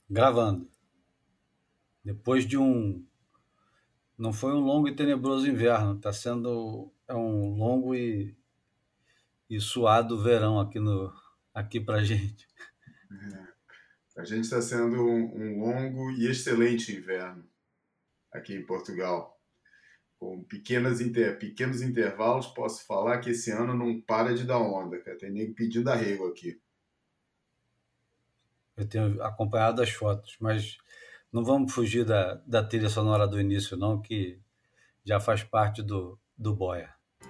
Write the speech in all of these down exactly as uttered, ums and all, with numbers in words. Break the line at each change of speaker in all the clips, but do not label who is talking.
Gravando. Depois de um. Não foi um longo e tenebroso inverno, está sendo é um longo e, e suado verão aqui no aqui para gente.
A gente está sendo um, um longo e excelente inverno aqui em Portugal. Com pequenas inter, pequenos intervalos, posso falar que esse ano não para de dar onda, cara. Tem nego pedindo arrego aqui.
Eu tenho acompanhado as fotos, mas não vamos fugir da, da trilha sonora do início, não, que já faz parte do, do Boia.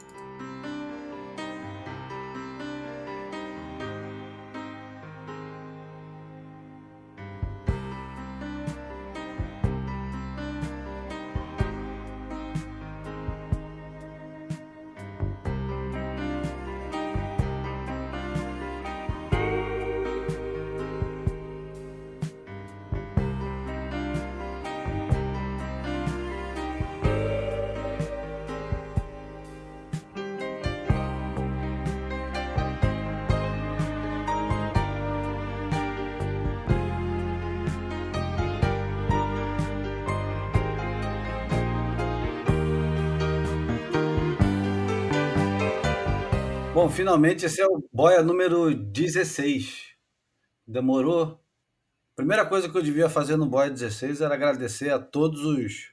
Bom, finalmente esse é o Boia número dezesseis. Demorou. Primeira coisa que eu devia fazer no Boia dezesseis era agradecer a todos os,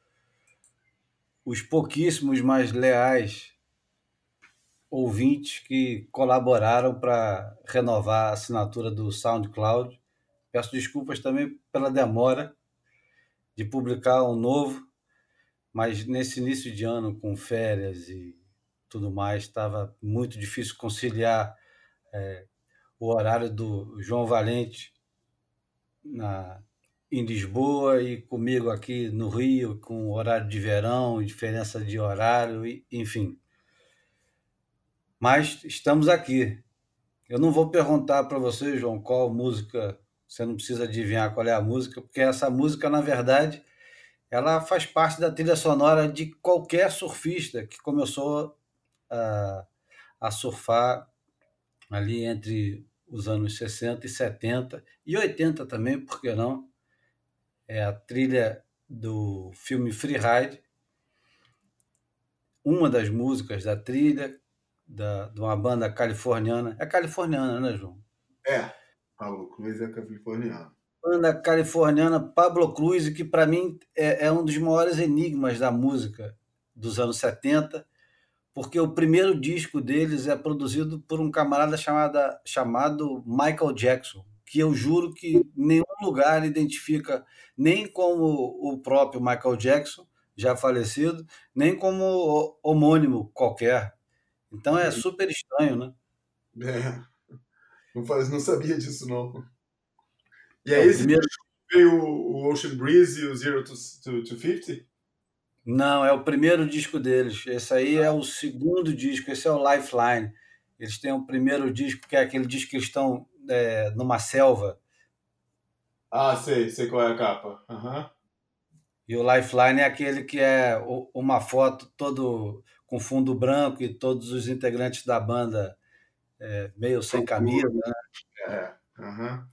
os pouquíssimos, mas leais ouvintes que colaboraram para renovar a assinatura do SoundCloud. Peço desculpas também pela demora de publicar um novo, mas nesse início de ano, com férias e tudo mais, estava muito difícil conciliar é, o horário do João Valente na, em Lisboa e comigo aqui no Rio, com horário de verão, diferença de horário, e, enfim. Mas estamos aqui. Eu não vou perguntar para você, João, qual música, você não precisa adivinhar qual é a música, porque essa música, na verdade, ela faz parte da trilha sonora de qualquer surfista que começou a, a surfar ali entre os anos sessenta e setenta, e oitenta também, por que não? É a trilha do filme Freeride, uma das músicas da trilha da, de uma banda californiana. É californiana, né, João?
É, Pablo Cruz é californiano.
Banda californiana Pablo Cruz, que para mim é, é um dos maiores enigmas da música dos anos setenta, porque o primeiro disco deles é produzido por um camarada chamada, chamado Michael Jackson, que eu juro que nenhum lugar identifica nem como o próprio Michael Jackson, já falecido, nem como homônimo qualquer. Então é super estranho, né?
É, não, faz, não sabia disso, não. E
É
aí
o
esse
primeiro.
disco veio o Ocean Breeze e o Zero to, to, to cinquenta?
Não, é o primeiro disco deles. Esse aí é o segundo disco, esse é o Lifeline. Eles têm o primeiro disco, que é aquele disco que eles estão é, numa selva.
Ah, sei, sei qual é a capa. Uhum.
E o Lifeline é aquele que é uma foto todo com fundo branco e todos os integrantes da banda é, meio sem camisa, né?
É, uhum.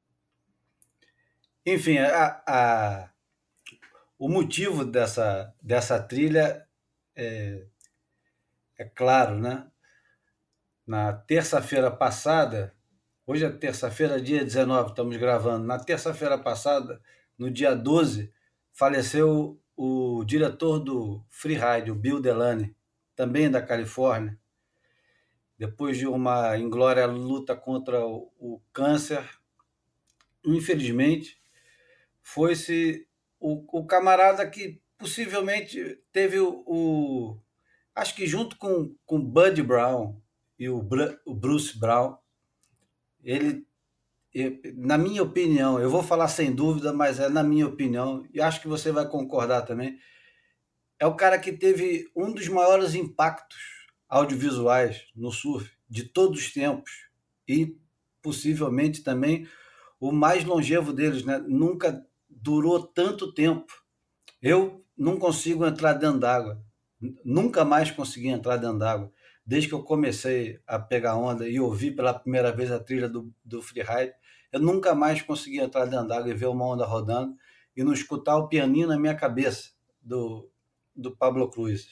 Enfim, a, a, o motivo dessa, dessa trilha é, é claro, né? Na terça-feira passada, hoje é terça-feira, dia dezenove, estamos gravando. Na terça-feira passada, no dia doze, faleceu o diretor do Freeride, o Bill Delaney, também da Califórnia. Depois de uma inglória luta contra o, o câncer, infelizmente, foi-se o, o camarada que possivelmente teve o, o acho que junto com com Buddy Brown e o, o Bruce Brown, ele, na minha opinião, eu vou falar sem dúvida, mas é na minha opinião, e acho que você vai concordar também, é o cara que teve um dos maiores impactos audiovisuais no surf de todos os tempos e possivelmente também o mais longevo deles, né? Nunca durou tanto tempo. Eu não consigo entrar dentro d'água, nunca mais consegui entrar dentro d'água, desde que eu comecei a pegar onda e ouvi pela primeira vez a trilha do, do Freeride. eu nunca mais consegui entrar dentro d'água e ver uma onda rodando e não escutar o pianinho na minha cabeça do, do Pablo Cruz.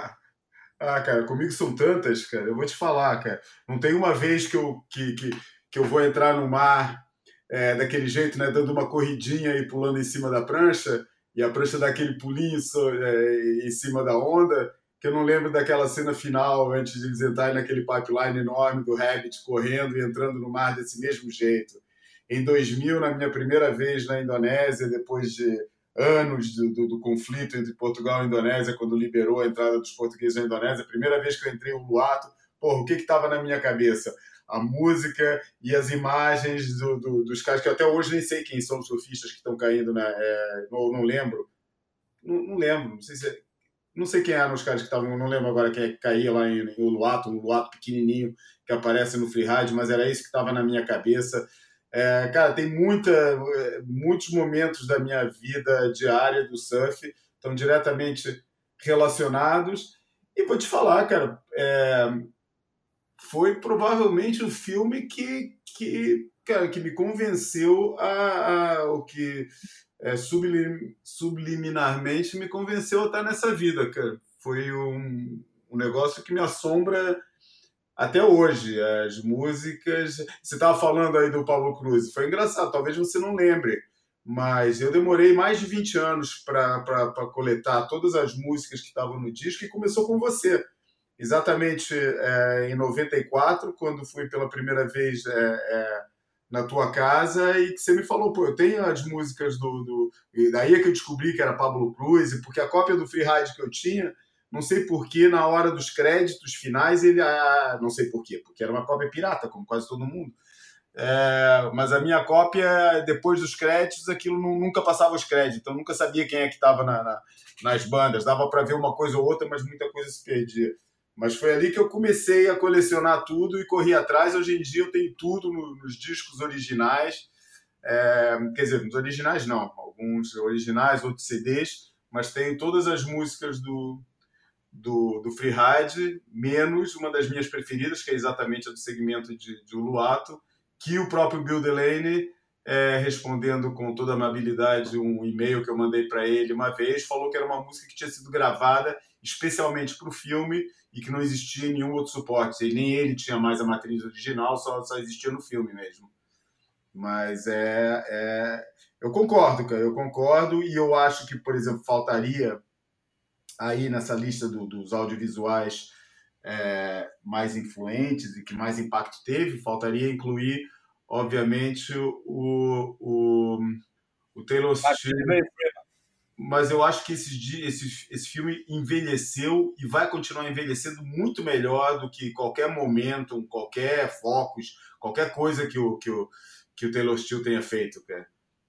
Ah, cara, comigo são tantas, cara. Eu vou te falar, cara. Não tem uma vez que eu, que, que, que eu vou entrar no mar é, daquele jeito, né? Dando uma corridinha e pulando em cima da prancha, e a prancha dá aquele pulinho so- é, em cima da onda, que eu não lembro daquela cena final, antes de eles entrarem naquele pipeline enorme do Rabbit correndo e entrando no mar desse mesmo jeito. Em dois mil, na minha primeira vez na Indonésia, depois de anos do, do, do conflito entre Portugal e Indonésia, quando liberou a entrada dos portugueses na Indonésia, a primeira vez que eu entrei no Luato, porra, o que estava na minha cabeça? A música e as imagens do, do, dos caras, que eu até hoje nem sei quem são os surfistas que estão caindo, né? É, não, não lembro. Não, não lembro, não sei se é, não sei quem eram os caras que estavam, não lembro agora quem é que caía lá em, em Uluwatu, um Uluwatu pequenininho que aparece no freeride, mas era isso que estava na minha cabeça. É, cara, tem muita, muitos momentos da minha vida diária do surf estão diretamente relacionados. E vou te falar, cara, é, foi provavelmente o filme que, que, cara, que me convenceu a, a o que é, sublim, subliminarmente me convenceu a estar nessa vida, cara. Foi um, um negócio que me assombra até hoje. As músicas. Você estava falando aí do Pablo Cruz. Foi engraçado, talvez você não lembre, mas eu demorei mais de vinte anos para coletar todas as músicas que estavam no disco e começou com você. Exatamente é, em noventa e quatro, quando fui pela primeira vez é, é, na tua casa e que você me falou, pô, eu tenho as músicas do, do... E daí é que eu descobri que era Pablo Cruz, e porque a cópia do Freeride que eu tinha, não sei porquê, na hora dos créditos finais, ele... Ah, não sei porquê, porque era uma cópia pirata, como quase todo mundo. É, mas a minha cópia, depois dos créditos, aquilo não, nunca passava os créditos, então eu nunca sabia quem é que estava na, na, nas bandas. Dava para ver uma coisa ou outra, mas muita coisa se perdia. Mas foi ali que eu comecei a colecionar tudo e corri atrás. Hoje em dia eu tenho tudo no, nos discos originais. É, quer dizer, nos originais não, alguns originais, outros C Ds, mas tenho todas as músicas do, do, do Freeride, menos uma das minhas preferidas, que é exatamente a do segmento de, de Uluwatu, que o próprio Bill Delaney, é, respondendo com toda amabilidade um e-mail que eu mandei para ele uma vez, falou que era uma música que tinha sido gravada especialmente para o filme e que não existia em nenhum outro suporte. E nem ele tinha mais a matriz original, só, só existia no filme mesmo. Mas é, é... Eu concordo, cara, eu concordo, e eu acho que, por exemplo, faltaria aí nessa lista do, dos audiovisuais é, mais influentes e que mais impacto teve, faltaria incluir, obviamente, o, o, o Taylor Swift. Mas eu acho que esse, esse, esse filme envelheceu e vai continuar envelhecendo muito melhor do que qualquer momento, qualquer focus, qualquer coisa que o, que o, que o Taylor Swift tenha feito, cara.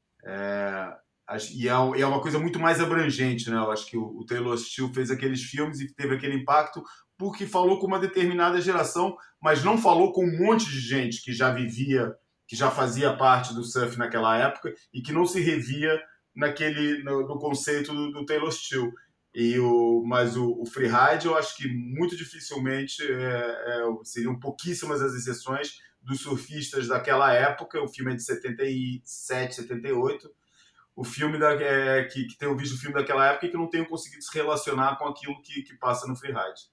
É, e é uma coisa muito mais abrangente, né? Eu acho que o Taylor Swift fez aqueles filmes e teve aquele impacto porque falou com uma determinada geração, mas não falou com um monte de gente que já vivia, que já fazia parte do surf naquela época e que não se revia naquele, no, no conceito do, do Taylor Swift. E o, mas o, o Freeride, eu acho que muito dificilmente é, é, seriam pouquíssimas as exceções dos surfistas daquela época. O filme é de setenta e sete, setenta e oito. O filme da, é, que, que tenho visto o filme daquela época e que não tenho conseguido se relacionar com aquilo que, que passa no Freeride.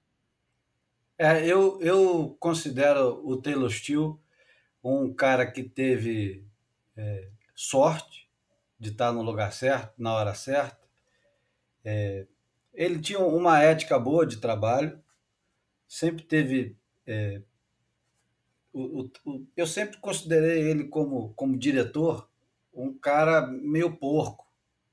É, eu, eu considero o Taylor Swift um cara que teve é, sorte de estar no lugar certo, na hora certa. É, ele tinha uma ética boa de trabalho, sempre teve... É, o, o, eu sempre considerei ele como, como diretor um cara meio porco.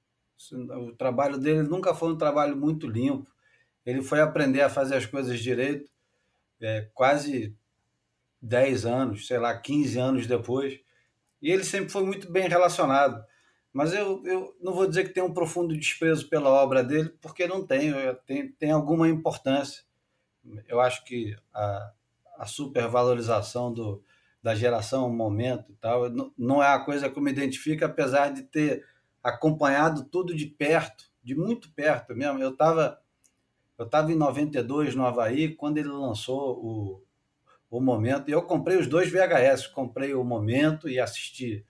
O trabalho dele nunca foi um trabalho muito limpo. Ele foi aprender a fazer as coisas direito é, quase dez anos, sei lá, quinze anos depois. E ele sempre foi muito bem relacionado. Mas eu, eu não vou dizer que tem um profundo desprezo pela obra dele, porque não tem, tem, tem alguma importância. Eu acho que a, a supervalorização do, da geração, o momento e tal, não, não é a coisa que eu me identifico, apesar de ter acompanhado tudo de perto, de muito perto mesmo. Eu estava eu tava em noventa e dois no Havaí, quando ele lançou o, o Momento, e eu comprei os dois V H S, comprei o Momento e assisti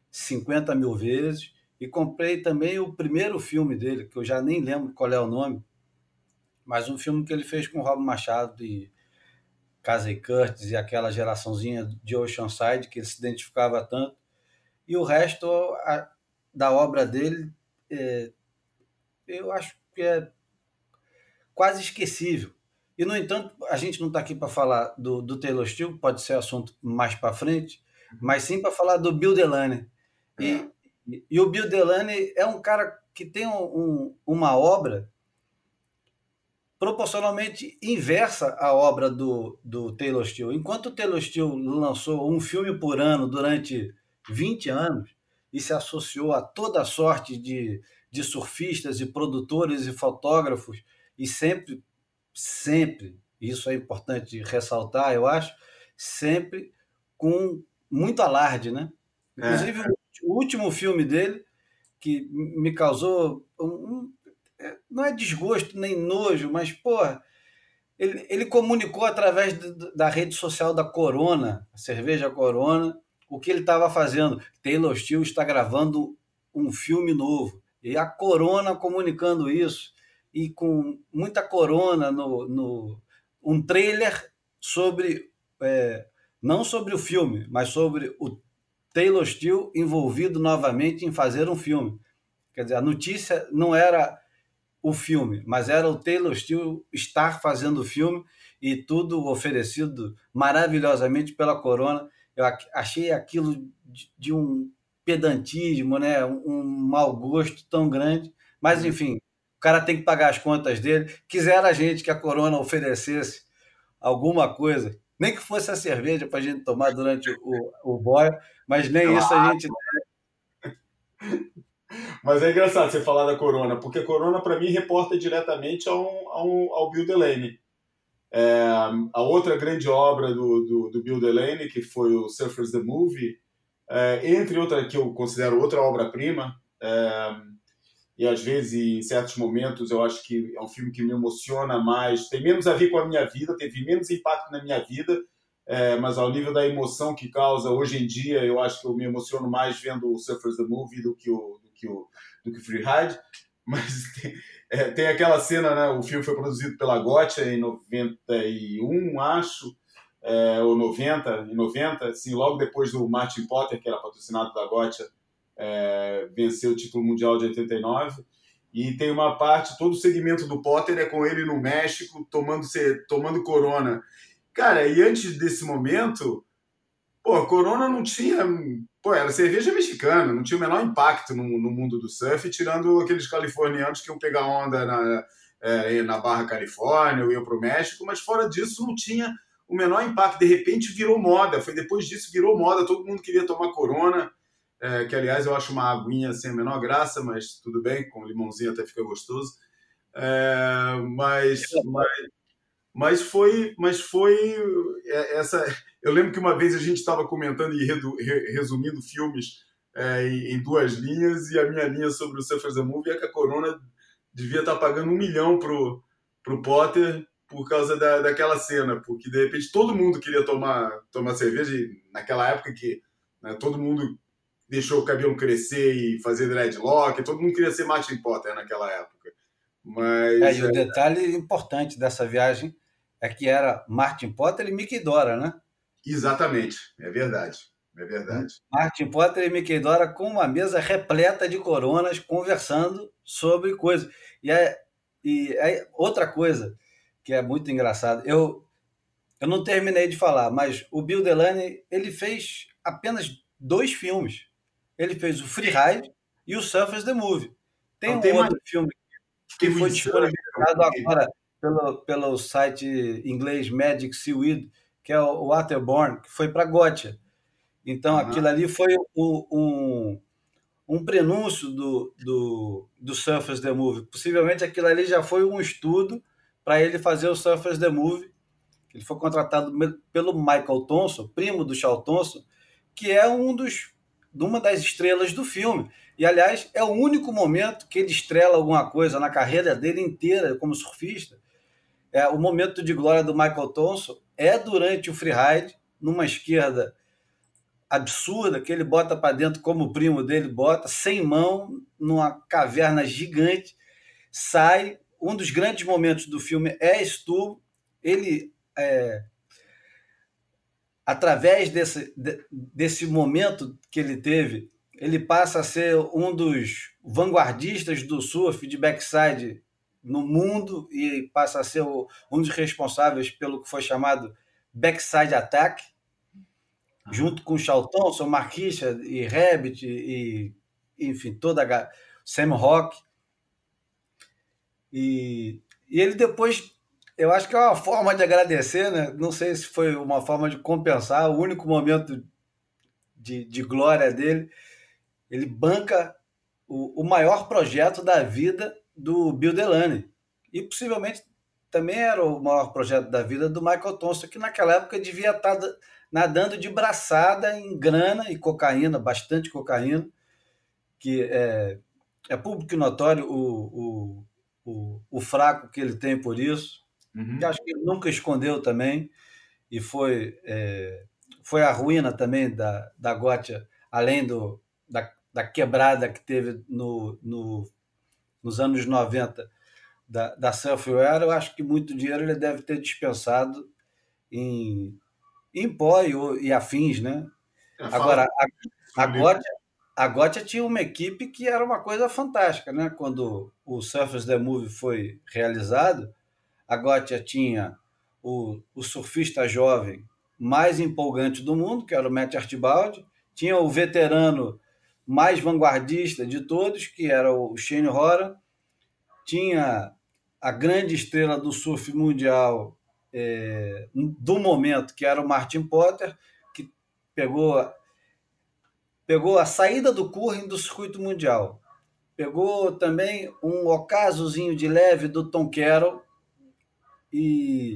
cinquenta mil vezes. E comprei também o primeiro filme dele, que eu já nem lembro qual é o nome, mas um filme que ele fez com o Robin Machado e Casey Curtis e aquela geraçãozinha de Oceanside, que ele se identificava tanto. E o resto a, da obra dele, é, eu acho que é quase esquecível. E, no entanto, a gente não está aqui para falar do, do Taylor Steele, pode ser assunto mais para frente, mas sim para falar do Bill Delaney. E,
É.
e, e o Bill Delaney é um cara que tem um, um, uma obra proporcionalmente inversa à obra do, do Taylor Steele. Enquanto o Taylor Steele lançou um filme por ano durante vinte anos e se associou a toda sorte de, de surfistas e produtores e fotógrafos, e sempre, sempre, isso é importante ressaltar, eu acho, sempre com muito alarde, né? Inclusive,
É.
o último filme dele, que me causou um, não é desgosto nem nojo, mas, porra, ele, ele comunicou através de, da rede social da Corona, a cerveja Corona, o que ele estava fazendo. Taylor Steele está gravando um filme novo. E a Corona comunicando isso. E com muita Corona no, no um trailer sobre, é, não sobre o filme, mas sobre o Taylor Steele envolvido novamente em fazer um filme. Quer dizer, a notícia não era o filme, mas era o Taylor Steele estar fazendo o filme e tudo oferecido maravilhosamente pela Corona. Eu achei aquilo de, de um pedantismo, né? um, um mau gosto tão grande, mas enfim, o cara tem que pagar as contas dele. Quisera a gente que a Corona oferecesse alguma coisa, nem que fosse a cerveja para a gente tomar durante o, o boia, mas nem isso a gente...
Mas é engraçado você falar da Corona, porque a Corona, para mim, reporta diretamente ao, ao, ao Bill Delaney. É, a outra grande obra do, do, do Bill Delaney, que foi o Surfers the Movie, é, entre outras que eu considero outra obra-prima, é, e às vezes, em certos momentos, eu acho que é um filme que me emociona mais, tem menos a ver com a minha vida, teve menos impacto na minha vida, é, mas ao nível da emoção que causa, hoje em dia, eu acho que eu me emociono mais vendo o Surfers the Movie do que o, do que o, do que o Freeride. Mas tem, é, tem aquela cena, né? O filme foi produzido pela Gotcha em noventa e um, acho, é, ou noventa, em noventa, assim, logo depois do Martin Potter, que era patrocinado da Gotcha, é, venceu o título mundial de oitenta e nove. E tem uma parte, todo o segmento do Potter é com ele no México, tomando, tomando Corona. Cara, e antes desse momento, pô, a Corona não tinha... Pô, era cerveja mexicana, não tinha o menor impacto no, no mundo do surf, tirando aqueles californianos que iam pegar onda na, é, na Barra Califórnia ou iam para o México, mas fora disso não tinha o menor impacto. De repente virou moda, foi depois disso virou moda, todo mundo queria tomar Corona, é, que aliás eu acho uma aguinha sem a menor graça, mas tudo bem, com limãozinho até fica gostoso. É, mas, mas, mas foi, mas foi essa... Eu lembro que uma vez a gente estava comentando e resumindo filmes é, em duas linhas, e a minha linha sobre o Surfers the Movie é que a Corona devia estar pagando um milhão pro, pro Potter por causa da, daquela cena, porque de repente todo mundo queria tomar, tomar cerveja, e naquela época que, né, todo mundo deixou o cabelo crescer e fazer dreadlock, todo mundo queria ser Martin Potter naquela época. Mas,
é, e o detalhe importante dessa viagem é que era Martin Potter e Mickey Dora, né?
Exatamente, é verdade, é verdade.
Martin Potter e Mickey Dora com uma mesa repleta de coronas, conversando sobre coisas. E, é, e é outra coisa que é muito engraçada, eu, eu não terminei de falar, mas o Bill Delaney, ele fez apenas dois filmes. Ele fez o Freeride e o Surfers the Movie. Tem
Não,
um
tem
outro
mais...
filme que foi disponibilizado agora pelo, pelo site inglês Magic Seaweed, que é o Waterborne, que foi para Gotcha. Então, uhum. Aquilo ali foi um, um, um prenúncio do, do, do Surfers the Movie. Possivelmente aquilo ali já foi um estudo para ele fazer o Surfers the Movie. Ele foi contratado pelo Michael Thompson, primo do Charles Thompson, que é um dos, uma das estrelas do filme. E, aliás, é o único momento que ele estrela alguma coisa na carreira dele inteira como surfista. É, o momento de glória do Michael Thompson é durante o freeride, numa esquerda absurda que ele bota para dentro como o primo dele bota, sem mão, numa caverna gigante, sai. Um dos grandes momentos do filme é esse tubo. Ele, é, através desse, de, desse momento que ele teve, ele passa a ser um dos vanguardistas do surf de backside no mundo e passa a ser o, um dos responsáveis pelo que foi chamado backside attack, ah. junto com Charlton, Thompson, Marquisha e Rabbit e, enfim, toda a Sam Rock. E, e ele depois, eu acho que é uma forma de agradecer, né? Não sei se foi uma forma de compensar, o único momento de, de glória dele, ele banca o, o maior projeto da vida do Bill Delaney. E possivelmente também era o maior projeto da vida do Michael Thompson, que naquela época devia estar nadando de braçada em grana e cocaína, bastante cocaína, que é, é público e notório o, o, o, o fraco que ele tem por isso, uhum. que acho que ele nunca escondeu também, e foi, é, foi a ruína também da, da Gotia, além do, da, da quebrada que teve no, no, nos anos noventa da, da Surfwear. Eu acho que muito dinheiro ele deve ter dispensado em, em pó e, e afins, né? É, Agora, a, a Gotia A Gotia tinha uma equipe que era uma coisa fantástica, né? Quando o Surfers the Movie foi realizado, a Gotia tinha o, o surfista jovem mais empolgante do mundo, que era o Matt Archibald, tinha o veterano mais vanguardista de todos, que era o Shane Horan, tinha a grande estrela do surf mundial é, do momento, que era o Martin Potter, que pegou... Pegou a saída do curling do circuito mundial. Pegou também um ocasozinho de leve do Tom Carroll. E,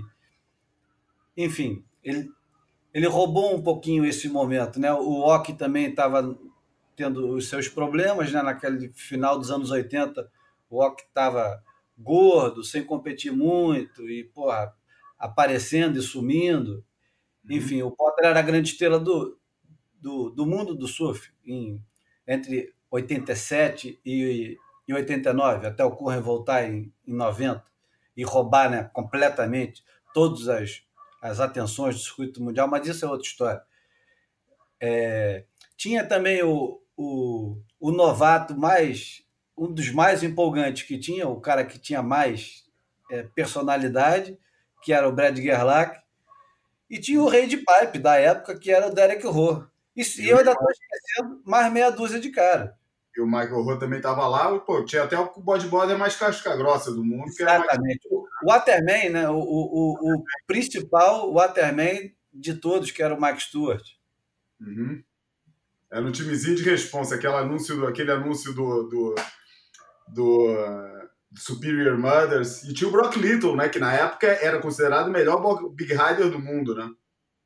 enfim, ele, ele roubou um pouquinho esse momento, né? O Ock também estava tendo os seus problemas, né? Naquele final dos anos oitenta, o Ock estava gordo, sem competir muito, e, porra, aparecendo e sumindo. Enfim, uhum. O Potter era a grande estrela do... Do, do mundo do surf, em, entre oitenta e sete e, e oitenta e nove, até o Curren voltar em, em noventa e roubar, né, completamente todas as, as atenções do circuito mundial, mas isso é outra história. É, tinha também o, o, o novato mais, um dos mais empolgantes que tinha, o cara que tinha mais é, personalidade, que era o Brad Gerlach, e tinha o rei de pipe da época, que era o Derek Rowe. E, e eu ainda estou esquecendo mais meia dúzia de cara.
E o Michael Rowe também estava lá. Pô, tinha até o bodyboarder mais casca-grossa do mundo. Que
Exatamente. Era mais... O Waterman, né? o, o, o principal Waterman de todos, que era o Mike Stewart.
Uhum. Era um timezinho de responsa. Aquele anúncio do, aquele anúncio do, do, do uh, Superior Mothers. E tinha o Brock Little, né? Que na época era considerado o melhor Big Rider do mundo, né?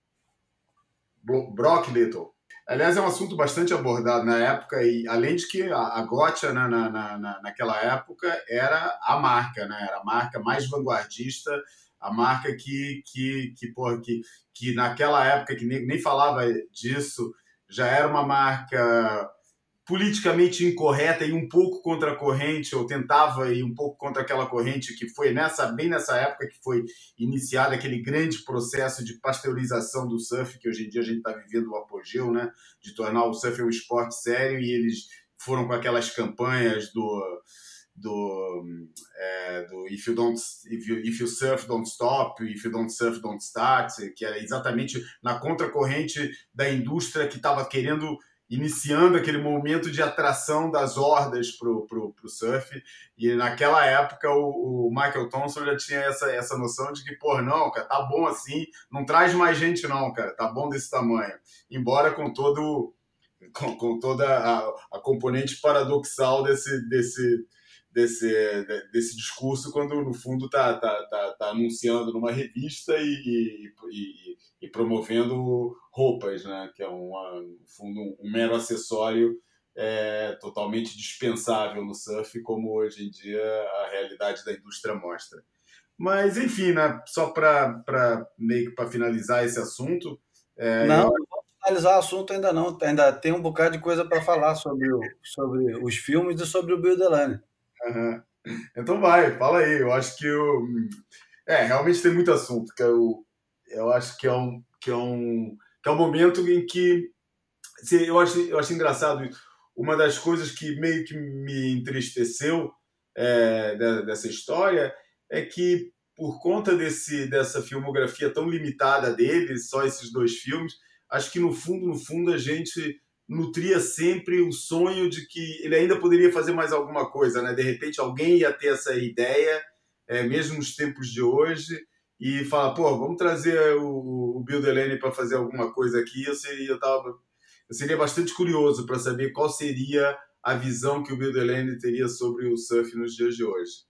Brock Little. Aliás, é um assunto bastante abordado na época, e além de que a, a Gotia, né, na, na, naquela época, era a marca, né? Era a marca mais vanguardista, a marca que, que, que, porra, que, que naquela época, que nem, nem falava disso, já era uma marca politicamente incorreta e um pouco contra a corrente, ou tentava ir um pouco contra aquela corrente, que foi nessa, bem nessa época que foi iniciado aquele grande processo de pasteurização do surf, que hoje em dia a gente está vivendo o apogeu, né? De tornar o surf um esporte sério, e eles foram com aquelas campanhas do, do, é, do if, you don't, if, you, if you surf, don't stop, if you don't surf, don't start, que era exatamente na contracorrente da indústria que estava querendo... iniciando aquele momento de atração das hordas para o surf, e naquela época o, o Michael Thompson já tinha essa, essa noção de que, pô, não, cara, tá bom assim, não traz mais gente não, cara, tá bom desse tamanho, embora com todo com, com toda a, a componente paradoxal desse, desse, desse, desse discurso, quando no fundo tá, tá, tá, tá anunciando numa revista e, e, e promovendo roupas, né? Que é uma, no fundo um, um mero acessório é, totalmente dispensável no surf, como hoje em dia a realidade da indústria mostra. Mas, enfim, né? Só para meio que para finalizar esse assunto... É,
Não,
eu...
vamos finalizar o assunto ainda não. Ainda tem um bocado de coisa para falar sobre, o, sobre os filmes e sobre o Bill Delaney.
Uhum. Então vai, fala aí. Eu acho que eu, é, realmente tem muito assunto. Que eu, eu acho que é um que é um que é um momento em que assim, eu acho eu acho engraçado isso. Uma das coisas que meio que me entristeceu é, dessa história é que por conta desse dessa filmografia tão limitada dele, só esses dois filmes, acho que no fundo no fundo a gente nutria sempre o sonho de que ele ainda poderia fazer mais alguma coisa, né? De repente alguém ia ter essa ideia, é, mesmo nos tempos de hoje, e falar, pô, vamos trazer o, o Bill Delaney para fazer alguma coisa aqui. Eu seria, eu tava, eu seria bastante curioso para saber qual seria a visão que o Bill Delaney teria sobre o surf nos dias de hoje.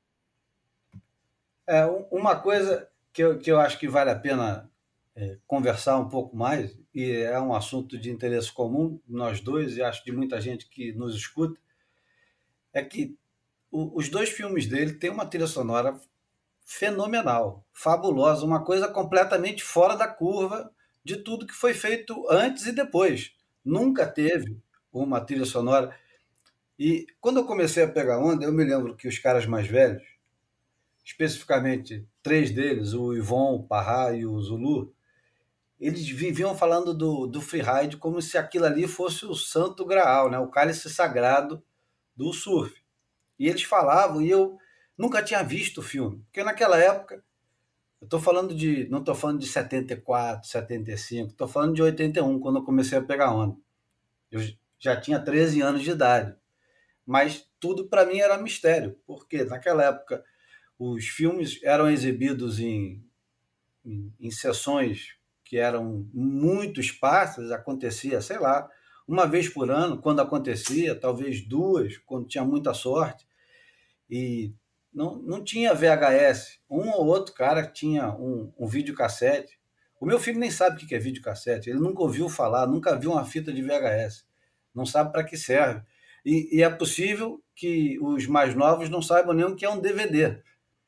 É, uma coisa que eu, que eu acho que vale a pena é, conversar um pouco mais, e é um assunto de interesse comum, nós dois, e acho de muita gente que nos escuta, é que o, os dois filmes dele têm uma trilha sonora fenomenal, fabulosa, uma coisa completamente fora da curva de tudo que foi feito antes e depois. Nunca teve uma trilha sonora. E quando eu comecei a pegar onda, eu me lembro que os caras mais velhos, especificamente três deles, o Ivon, o Parra e o Zulu, eles viviam falando do, do freeride como se aquilo ali fosse o santo graal, né? O cálice sagrado do surf. E eles falavam, e eu nunca tinha visto o filme, porque naquela época, eu estou falando de, não estou falando de setenta e quatro, setenta e cinco, estou falando de oitenta e um, quando eu comecei a pegar onda. Eu já tinha treze anos de idade, mas tudo para mim era mistério, porque naquela época os filmes eram exibidos em, em, em sessões que eram muito esparsas, acontecia, sei lá, uma vez por ano, quando acontecia, talvez duas, quando tinha muita sorte, e não, não tinha V H S. Um ou outro cara tinha um, um videocassete. O meu filho nem sabe o que é videocassete, ele nunca ouviu falar, nunca viu uma fita de V H S, não sabe para que serve. E, e é possível que os mais novos não saibam nem o que é um D V D.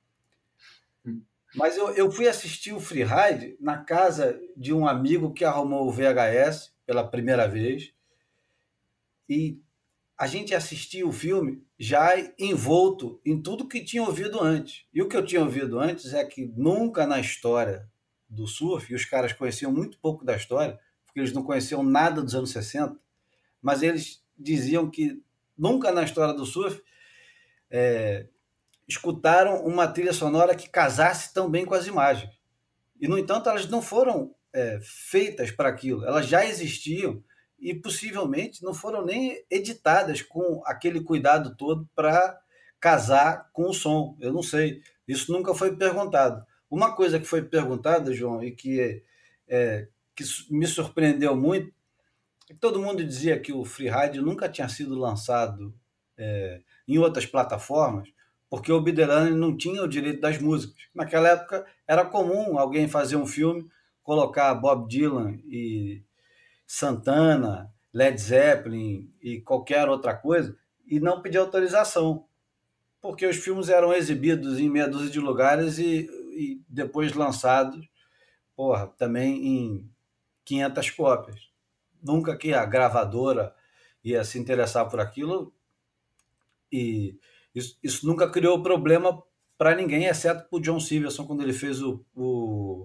Mas eu, eu fui assistir o Freeride na casa de um amigo que arrumou o V H S pela primeira vez, e a gente assistia o filme já envolto em tudo que tinha ouvido antes. E o que eu tinha ouvido antes é que nunca na história do surf, e os caras conheciam muito pouco da história, porque eles não conheciam nada dos anos sessenta, mas eles diziam que nunca na história do surf é, escutaram uma trilha sonora que casasse tão bem com as imagens. E, no entanto, elas não foram é, feitas para aquilo, elas já existiam e possivelmente não foram nem editadas com aquele cuidado todo para casar com o som. Eu não sei, isso nunca foi perguntado. Uma coisa que foi perguntada, João, e que, é, que me surpreendeu muito, é que todo mundo dizia que o Freeride nunca tinha sido lançado é, em outras plataformas, porque o Bidelane não tinha o direito das músicas. Naquela época era comum alguém fazer um filme, colocar Bob Dylan e Santana, Led Zeppelin e qualquer outra coisa e não pedir autorização, porque os filmes eram exibidos em meia dúzia de lugares e, e depois lançados, porra, também em quinhentas cópias. Nunca que a gravadora ia se interessar por aquilo, e isso, isso nunca criou problema para ninguém, exceto para o John Silverson, quando ele fez o, o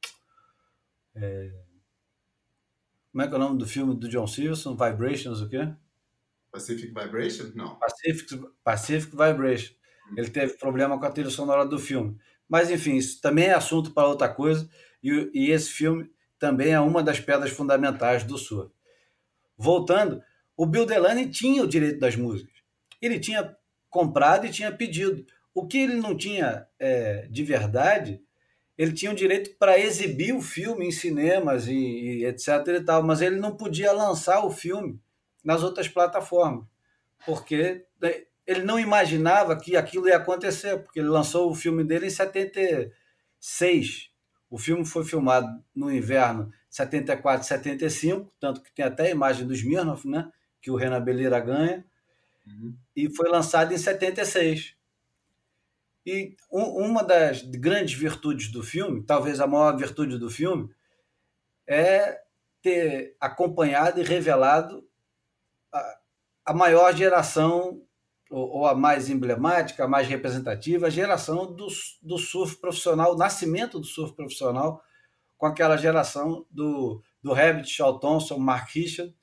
é, como é que é o nome do filme do John Silverson? Vibrations, o quê?
Pacific Vibration? Não.
Pacific, Pacific Vibration. Ele teve problema com a trilha sonora do filme. Mas, enfim, isso também é assunto para outra coisa, e, e esse filme também é uma das pedras fundamentais do surf. Voltando, o Bill Delaney tinha o direito das músicas. Ele tinha comprado e tinha pedido. O que ele não tinha é, de verdade, ele tinha o direito para exibir o filme em cinemas e, e etc e tal, mas ele não podia lançar o filme nas outras plataformas, porque ele não imaginava que aquilo ia acontecer, porque ele lançou o filme dele em setenta e seis. O filme foi filmado no inverno setenta e quatro, setenta e cinco, tanto que tem até a imagem do Smirnoff, né, que o Renan Belira ganha, uhum. E foi lançado em setenta e seis. E uma das grandes virtudes do filme, talvez a maior virtude do filme, é ter acompanhado e revelado a, a maior geração, ou, ou a mais emblemática, a mais representativa, a geração do, do surf profissional, o nascimento do surf profissional, com aquela geração do, do Herbert, Shaw Thompson, Mark Richard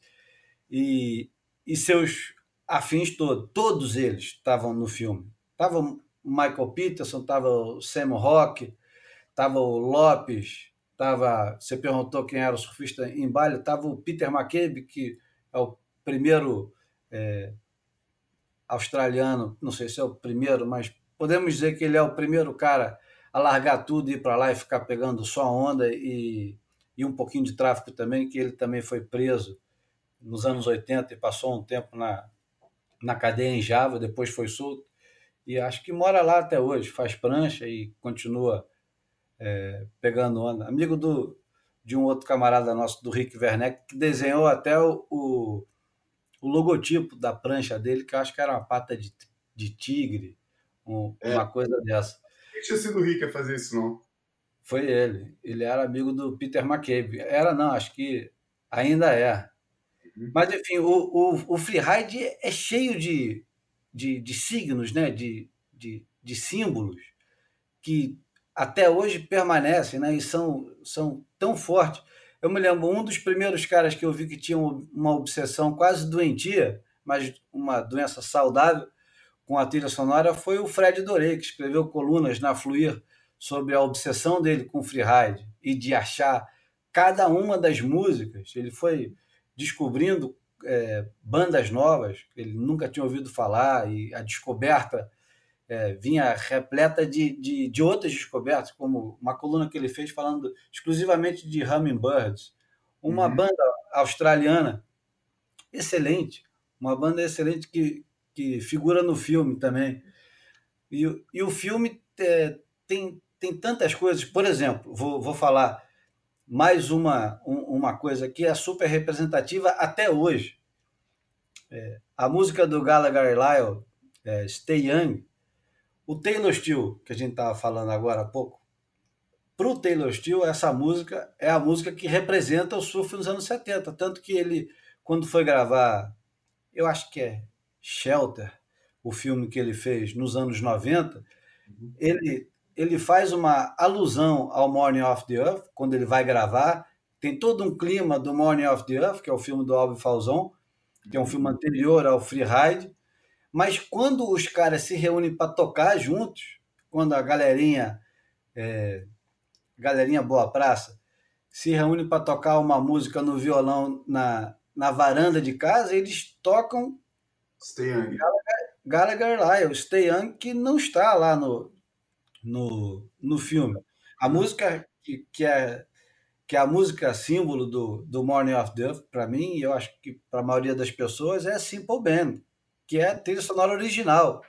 e, e seus afins todos. Todos eles estavam no filme. Estava o Michael Peterson, estava o Sam Rock, estava o Lopes, tava, você perguntou quem era o surfista em baile, estava o Peter McCabe, que é o primeiro é, australiano, não sei se é o primeiro, mas podemos dizer que ele é o primeiro cara a largar tudo, ir para lá e ficar pegando só onda e, e um pouquinho de tráfico também, que ele também foi preso nos anos oitenta e passou um tempo na, na cadeia em Java, depois foi solto, e acho que mora lá até hoje, faz prancha e continua é, pegando onda. Amigo do, de um outro camarada nosso, do Rick Werneck, que desenhou até o, o, o logotipo da prancha dele, que eu acho que era uma pata de, de tigre, um,
É,
uma coisa dessa.
não tinha sido rico a fazer isso, não.
Foi ele. Ele era amigo do Peter McCabe. Era, não, acho que ainda é.
Uhum.
Mas, enfim, o, o, o freeride é cheio de, de, de signos, né? de, de, de símbolos que até hoje permanecem, né? E são, são tão fortes. Eu me lembro, um dos primeiros caras que eu vi que tinha uma obsessão quase doentia, mas uma doença saudável com a trilha sonora, foi o Fred Doré, que escreveu colunas na Fluir sobre a obsessão dele com freeride e de achar cada uma das músicas. Ele foi descobrindo é, bandas novas que ele nunca tinha ouvido falar, e a descoberta é, vinha repleta de, de, de outras descobertas, como uma coluna que ele fez falando exclusivamente de Hummingbirds, uma
Uhum.
banda australiana excelente, uma banda excelente que, que figura no filme também. E, e o filme é, tem, tem tantas coisas. Por exemplo, vou, vou falar mais uma, um, uma coisa que é super representativa até hoje. É, a música do Gallagher e Lyle, é, Stay Young, o Taylor Steele, que a gente estava falando agora há pouco, para o Taylor Steele, essa música é a música que representa o surf nos anos setenta. Tanto que ele, quando foi gravar, eu acho que é Shelter, o filme que ele fez nos anos noventa,
Uhum.
ele, ele faz uma alusão ao Morning of the Earth, quando ele vai gravar. Tem todo um clima do Morning of the Earth, que é o filme do Alvin Falzon, que é um filme anterior ao Freeride. Mas quando os caras se reúnem para tocar juntos, quando a galerinha, é, galerinha Boa Praça, se reúne para tocar uma música no violão na, na varanda de casa, eles tocam
Stay Young.
Gallagher Lyle, Stay Young, que não está lá no, no, no filme. A música que, que, é, que é a música símbolo do, do Morning of the Earth, para mim, e eu acho que para a maioria das pessoas, é Simple Band, que é a trilha sonora original.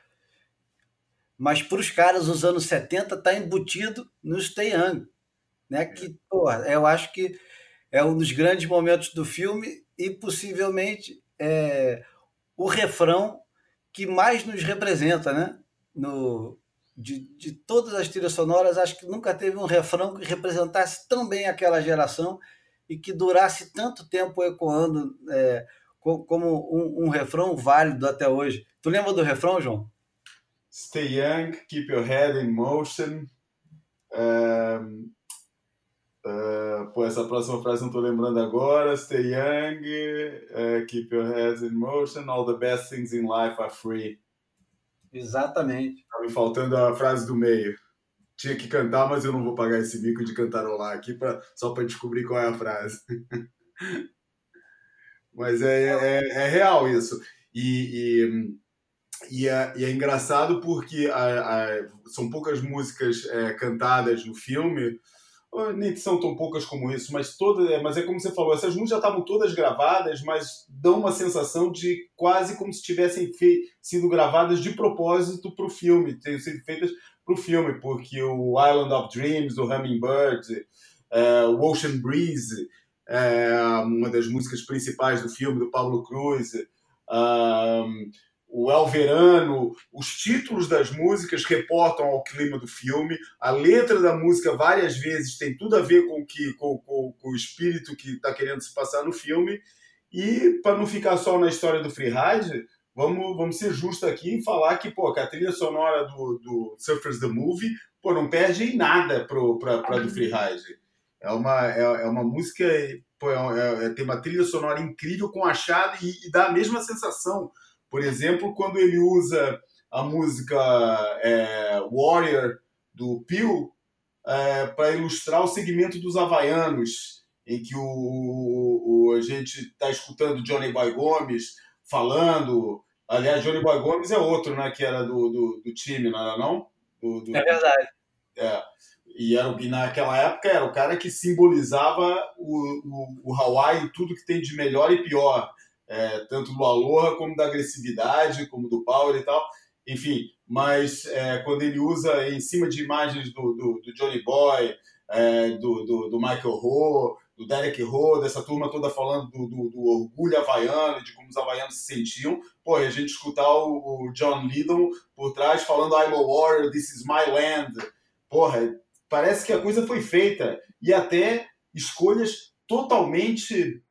Mas para os caras, os anos setenta está embutido no Stay Young, né? Que, porra, eu acho que é um dos grandes momentos do filme e possivelmente é o refrão que mais nos representa, né? No, de, de todas as trilhas sonoras, acho que nunca teve um refrão que representasse tão bem aquela geração e que durasse tanto tempo ecoando é, como um, um refrão válido até hoje. Tu lembra do refrão, João?
Stay young, keep your head in motion. Um, uh, pô, essa próxima frase não estou lembrando agora. Stay young, uh, keep your head in motion. All the best things in life are free.
Exatamente.
Tá me faltando a frase do meio. Tinha que cantar, mas eu não vou pagar esse mico de cantarolar aqui pra, só para descobrir qual é a frase. Mas é, é, é real isso. E, e, e, é, e é engraçado porque a, a, são poucas músicas é, cantadas no filme, nem são tão poucas como isso, mas, toda, mas é como você falou, essas músicas já estavam todas gravadas, mas dão uma sensação de quase como se tivessem fe, sido gravadas de propósito para o filme, tenham sido feitas para o filme, porque o Island of Dreams, o Hummingbird, é, o Ocean Breeze, é uma das músicas principais do filme, do Pablo Cruz, um, o El Verano, os títulos das músicas reportam ao clima do filme, a letra da música várias vezes tem tudo a ver com, que, com, com, com o espírito que está querendo se passar no filme, e para não ficar só na história do Freeride, vamos, vamos ser justos aqui em falar que, pô, que a trilha sonora do, do Surfers the Movie, pô, não perde em nada para a do Freeride. É uma, é, é uma música, pô, é, é, tem uma trilha sonora incrível com achado e, e dá a mesma sensação. Por exemplo, quando ele usa a música é, Warrior, do Peel, é, para ilustrar o segmento dos Havaianos, em que o, o, a gente está escutando Johnny Boy Gomes falando. Aliás, Johnny Boy Gomes é outro, né, que era do, do, do time, não era não? Do, do,
É verdade.
é, e, era, e naquela época era o cara que simbolizava o, o, o Hawaii, tudo que tem de melhor e pior. É, tanto do Aloha como da agressividade, como do power e tal, enfim, mas é, quando ele usa em cima de imagens do, do, do Johnny Boy, é, do, do, do Michael Ho, do Derek Ho, dessa turma toda falando do, do, do orgulho havaiano, de como os havaianos se sentiam, pô, e a gente escutar o, o John Lydon por trás falando I'm a warrior, this is my land, porra, parece que a coisa foi feita, e até escolhas totalmente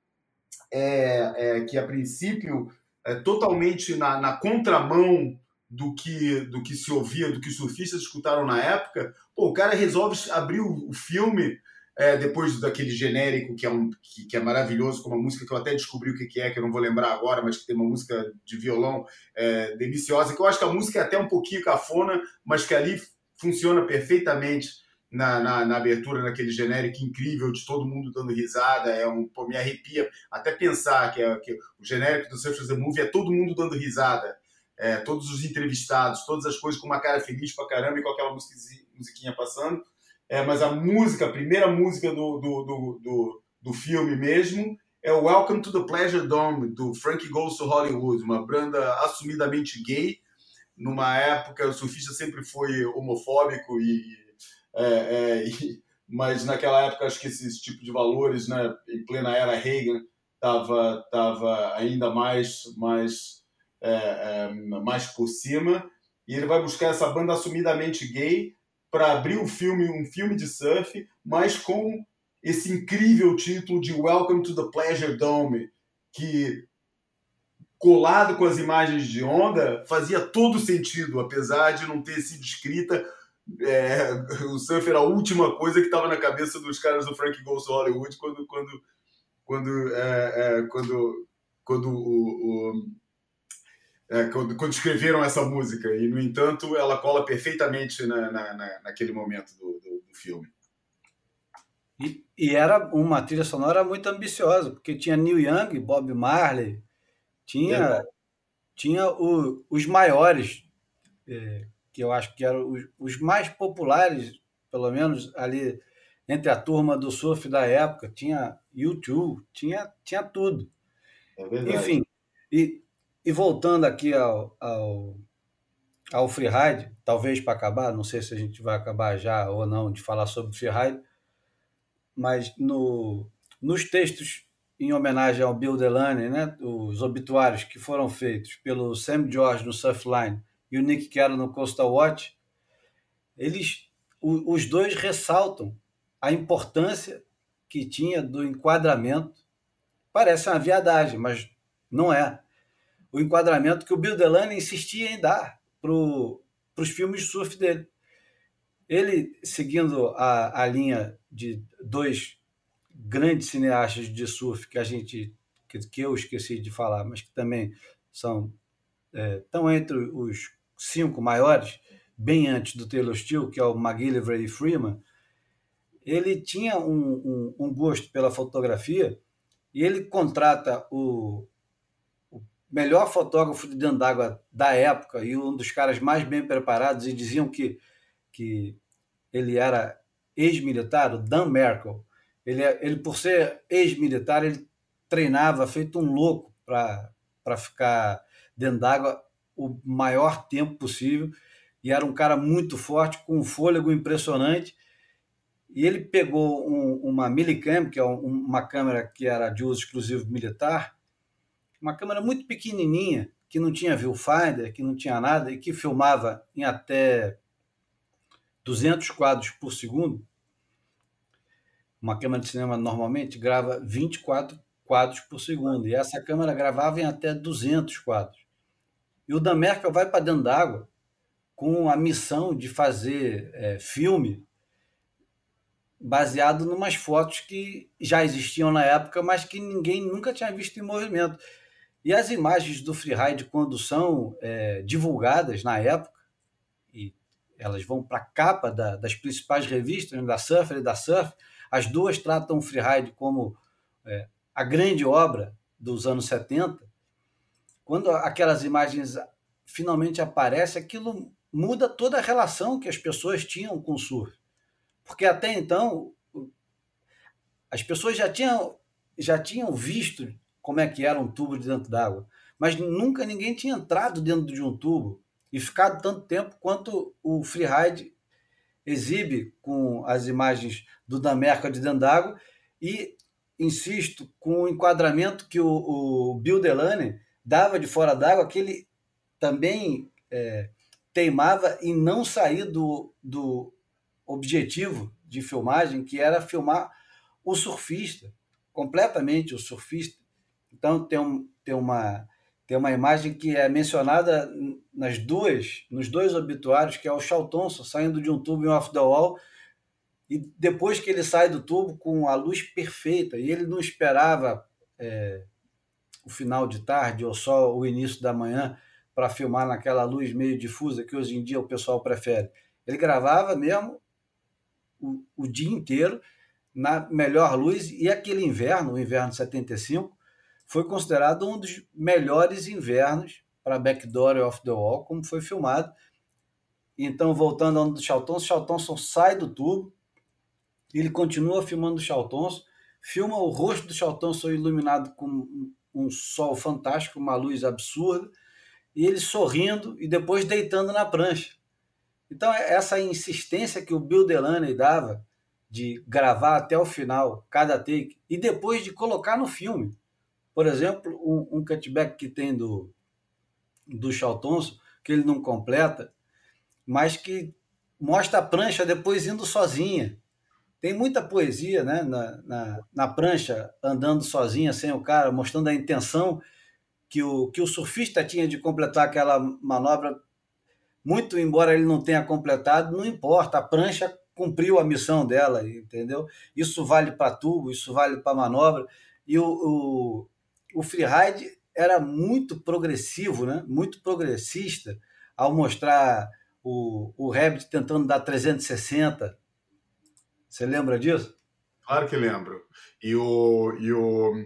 É, é, que a princípio é totalmente na, na contramão do que, do que se ouvia, do que os surfistas escutaram na época. Pô, o cara resolve abrir o, o filme é, depois daquele genérico que é, um, que, que é maravilhoso, com uma música que eu até descobri o que, que é, que eu não vou lembrar agora, mas que tem uma música de violão é, deliciosa, que eu acho que a música é até um pouquinho cafona, mas que ali funciona perfeitamente. Na, na, na abertura, naquele genérico incrível de todo mundo dando risada, é um, pô, me arrepia até pensar que, é, que o genérico do Surfers the Movie é todo mundo dando risada, é, todos os entrevistados, todas as coisas com uma cara feliz pra caramba e com aquela musiquinha passando, é, mas a música, a primeira música do, do, do, do, do filme mesmo é o Welcome to the Pleasure Dome, do Frankie Goes to Hollywood, uma banda assumidamente gay, numa época o surfista sempre foi homofóbico e É, é, e, mas naquela época acho que esses tipos de valores, né, em plena era Reagan, estava tava ainda mais, mais, é, é, mais por cima, e ele vai buscar essa banda assumidamente gay para abrir o filme, um filme de surf, mas com esse incrível título de Welcome to the Pleasure Dome, que colado com as imagens de onda fazia todo sentido, apesar de não ter sido escrita. É, o surf era a última coisa que estava na cabeça dos caras do Frank Goes to Hollywood quando quando quando é, é, quando quando, o, o, é, quando quando escreveram essa música, e no entanto ela cola perfeitamente na, na, na, naquele momento do, do, do filme.
E, e era uma trilha sonora muito ambiciosa, porque tinha Neil Young, Bob Marley, tinha, tinha o, os maiores, é, que eu acho que eram os, os mais populares, pelo menos ali entre a turma do surf da época, tinha U dois, tinha, tinha tudo.
É verdade.
Enfim, e, e voltando aqui ao, ao, ao freeride, talvez para acabar, não sei se a gente vai acabar já ou não de falar sobre freeride, mas no, nos textos em homenagem ao Bill Delaney, né, os obituários que foram feitos pelo Sam George no Surfline e o Nick Carroll no Coastal Watch, eles, o, os dois ressaltam a importância que tinha do enquadramento. Parece uma viadagem, mas não é. O enquadramento que o Bill Delaney insistia em dar para os filmes de surf dele. Ele, seguindo a, a linha de dois grandes cineastas de surf que a gente que, que eu esqueci de falar, mas que também são é, estão entre os cinco maiores, bem antes do Taylor Steele, que é o McGillivray e Freeman. Ele tinha um, um, um gosto pela fotografia e ele contrata o, o melhor fotógrafo de dentro d'água da época e um dos caras mais bem preparados, e diziam que, que ele era ex-militar, o Dan Merkel. Ele, ele, por ser ex-militar, ele treinava feito um louco para ficar dentro d'água o maior tempo possível, e era um cara muito forte, com um fôlego impressionante. E ele pegou um, uma Millicam, que é uma câmera que era de uso exclusivo militar, uma câmera muito pequenininha, que não tinha viewfinder, que não tinha nada, e que filmava em até duzentos quadros por segundo. Uma câmera de cinema normalmente grava vinte e quatro quadros por segundo, e essa câmera gravava em até duzentos quadros. E o Dan Merkel vai para dentro d'água com a missão de fazer é, filme baseado em umas fotos que já existiam na época, mas que ninguém nunca tinha visto em movimento. E as imagens do freeride, quando são é, divulgadas na época, e elas vão para a capa da, das principais revistas, da Surfer e da Surf, as duas tratam o freeride como é, a grande obra dos anos setenta. Quando aquelas imagens finalmente aparecem, aquilo muda toda a relação que as pessoas tinham com o surf. Porque até então, as pessoas já tinham, já tinham visto como é que era um tubo de dentro d'água, mas nunca ninguém tinha entrado dentro de um tubo e ficado tanto tempo quanto o freeride exibe com as imagens do Dan Merkel de dentro d'água e, insisto, com o enquadramento que o, o Bill Delaney dava de fora d'água, que ele também é, teimava em não sair do, do objetivo de filmagem, que era filmar o surfista, completamente o surfista. Então tem, um, tem, uma, tem uma imagem que é mencionada nas duas, nos dois obituários, que é o Shaw Thompson saindo de um tubo em Off the Wall, e depois que ele sai do tubo com a luz perfeita, e ele não esperava é, o final de tarde ou só o início da manhã para filmar naquela luz meio difusa que hoje em dia o pessoal prefere. Ele gravava mesmo o, o dia inteiro na melhor luz, e aquele inverno, o inverno de setenta e cinco, foi considerado um dos melhores invernos para Backdoor e Off the Wall, como foi filmado. Então, voltando ao ano do Shaw Thompson, Shaw Thompson sai do tubo, ele continua filmando o Shaw Thompson, filma o rosto do Shaw Thompson iluminado com um sol fantástico, uma luz absurda, e ele sorrindo e depois deitando na prancha. Então, essa insistência que o Bill Delaney dava de gravar até o final cada take e depois de colocar no filme. Por exemplo, um, um cutback que tem do, do Shaw Thompson, que ele não completa, mas que mostra a prancha depois indo sozinha. Tem muita poesia, né, na, na, na prancha, andando sozinha, sem o cara, mostrando a intenção que o, que o surfista tinha de completar aquela manobra. Muito embora ele não tenha completado, não importa, a prancha cumpriu a missão dela, entendeu? Isso vale para tubo, isso vale para manobra. E o, o, o freeride era muito progressivo, né? Muito progressista, ao mostrar o, o Rabbit tentando dar trezentos e sessenta. Você lembra disso?
Claro que lembro. E o, e o,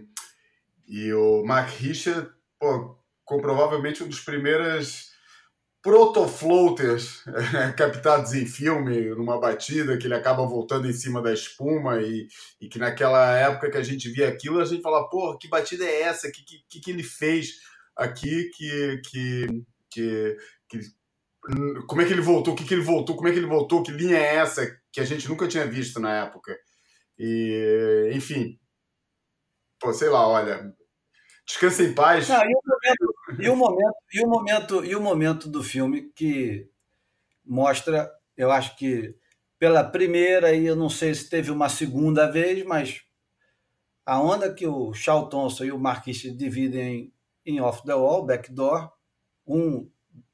e o Mark Richter, pô, com provavelmente um dos primeiros proto-floaters captados em filme, numa batida, que ele acaba voltando em cima da espuma, e, e que naquela época que a gente via aquilo, a gente falava, pô, que batida é essa? Que, que, que ele fez aqui? Que, que, que, que, como é que ele voltou? O que, que ele voltou? Como é que ele voltou? Que linha é essa que a gente nunca tinha visto na época? E, enfim, pô, sei lá, olha, descansa em paz.
Não, e, o momento, e, o momento, e, o momento, e o momento do filme que mostra, eu acho que pela primeira, e eu não sei se teve uma segunda vez, mas a onda que o Shaw Thompson e o Mark Richter dividem em Off the Wall, Backdoor, um,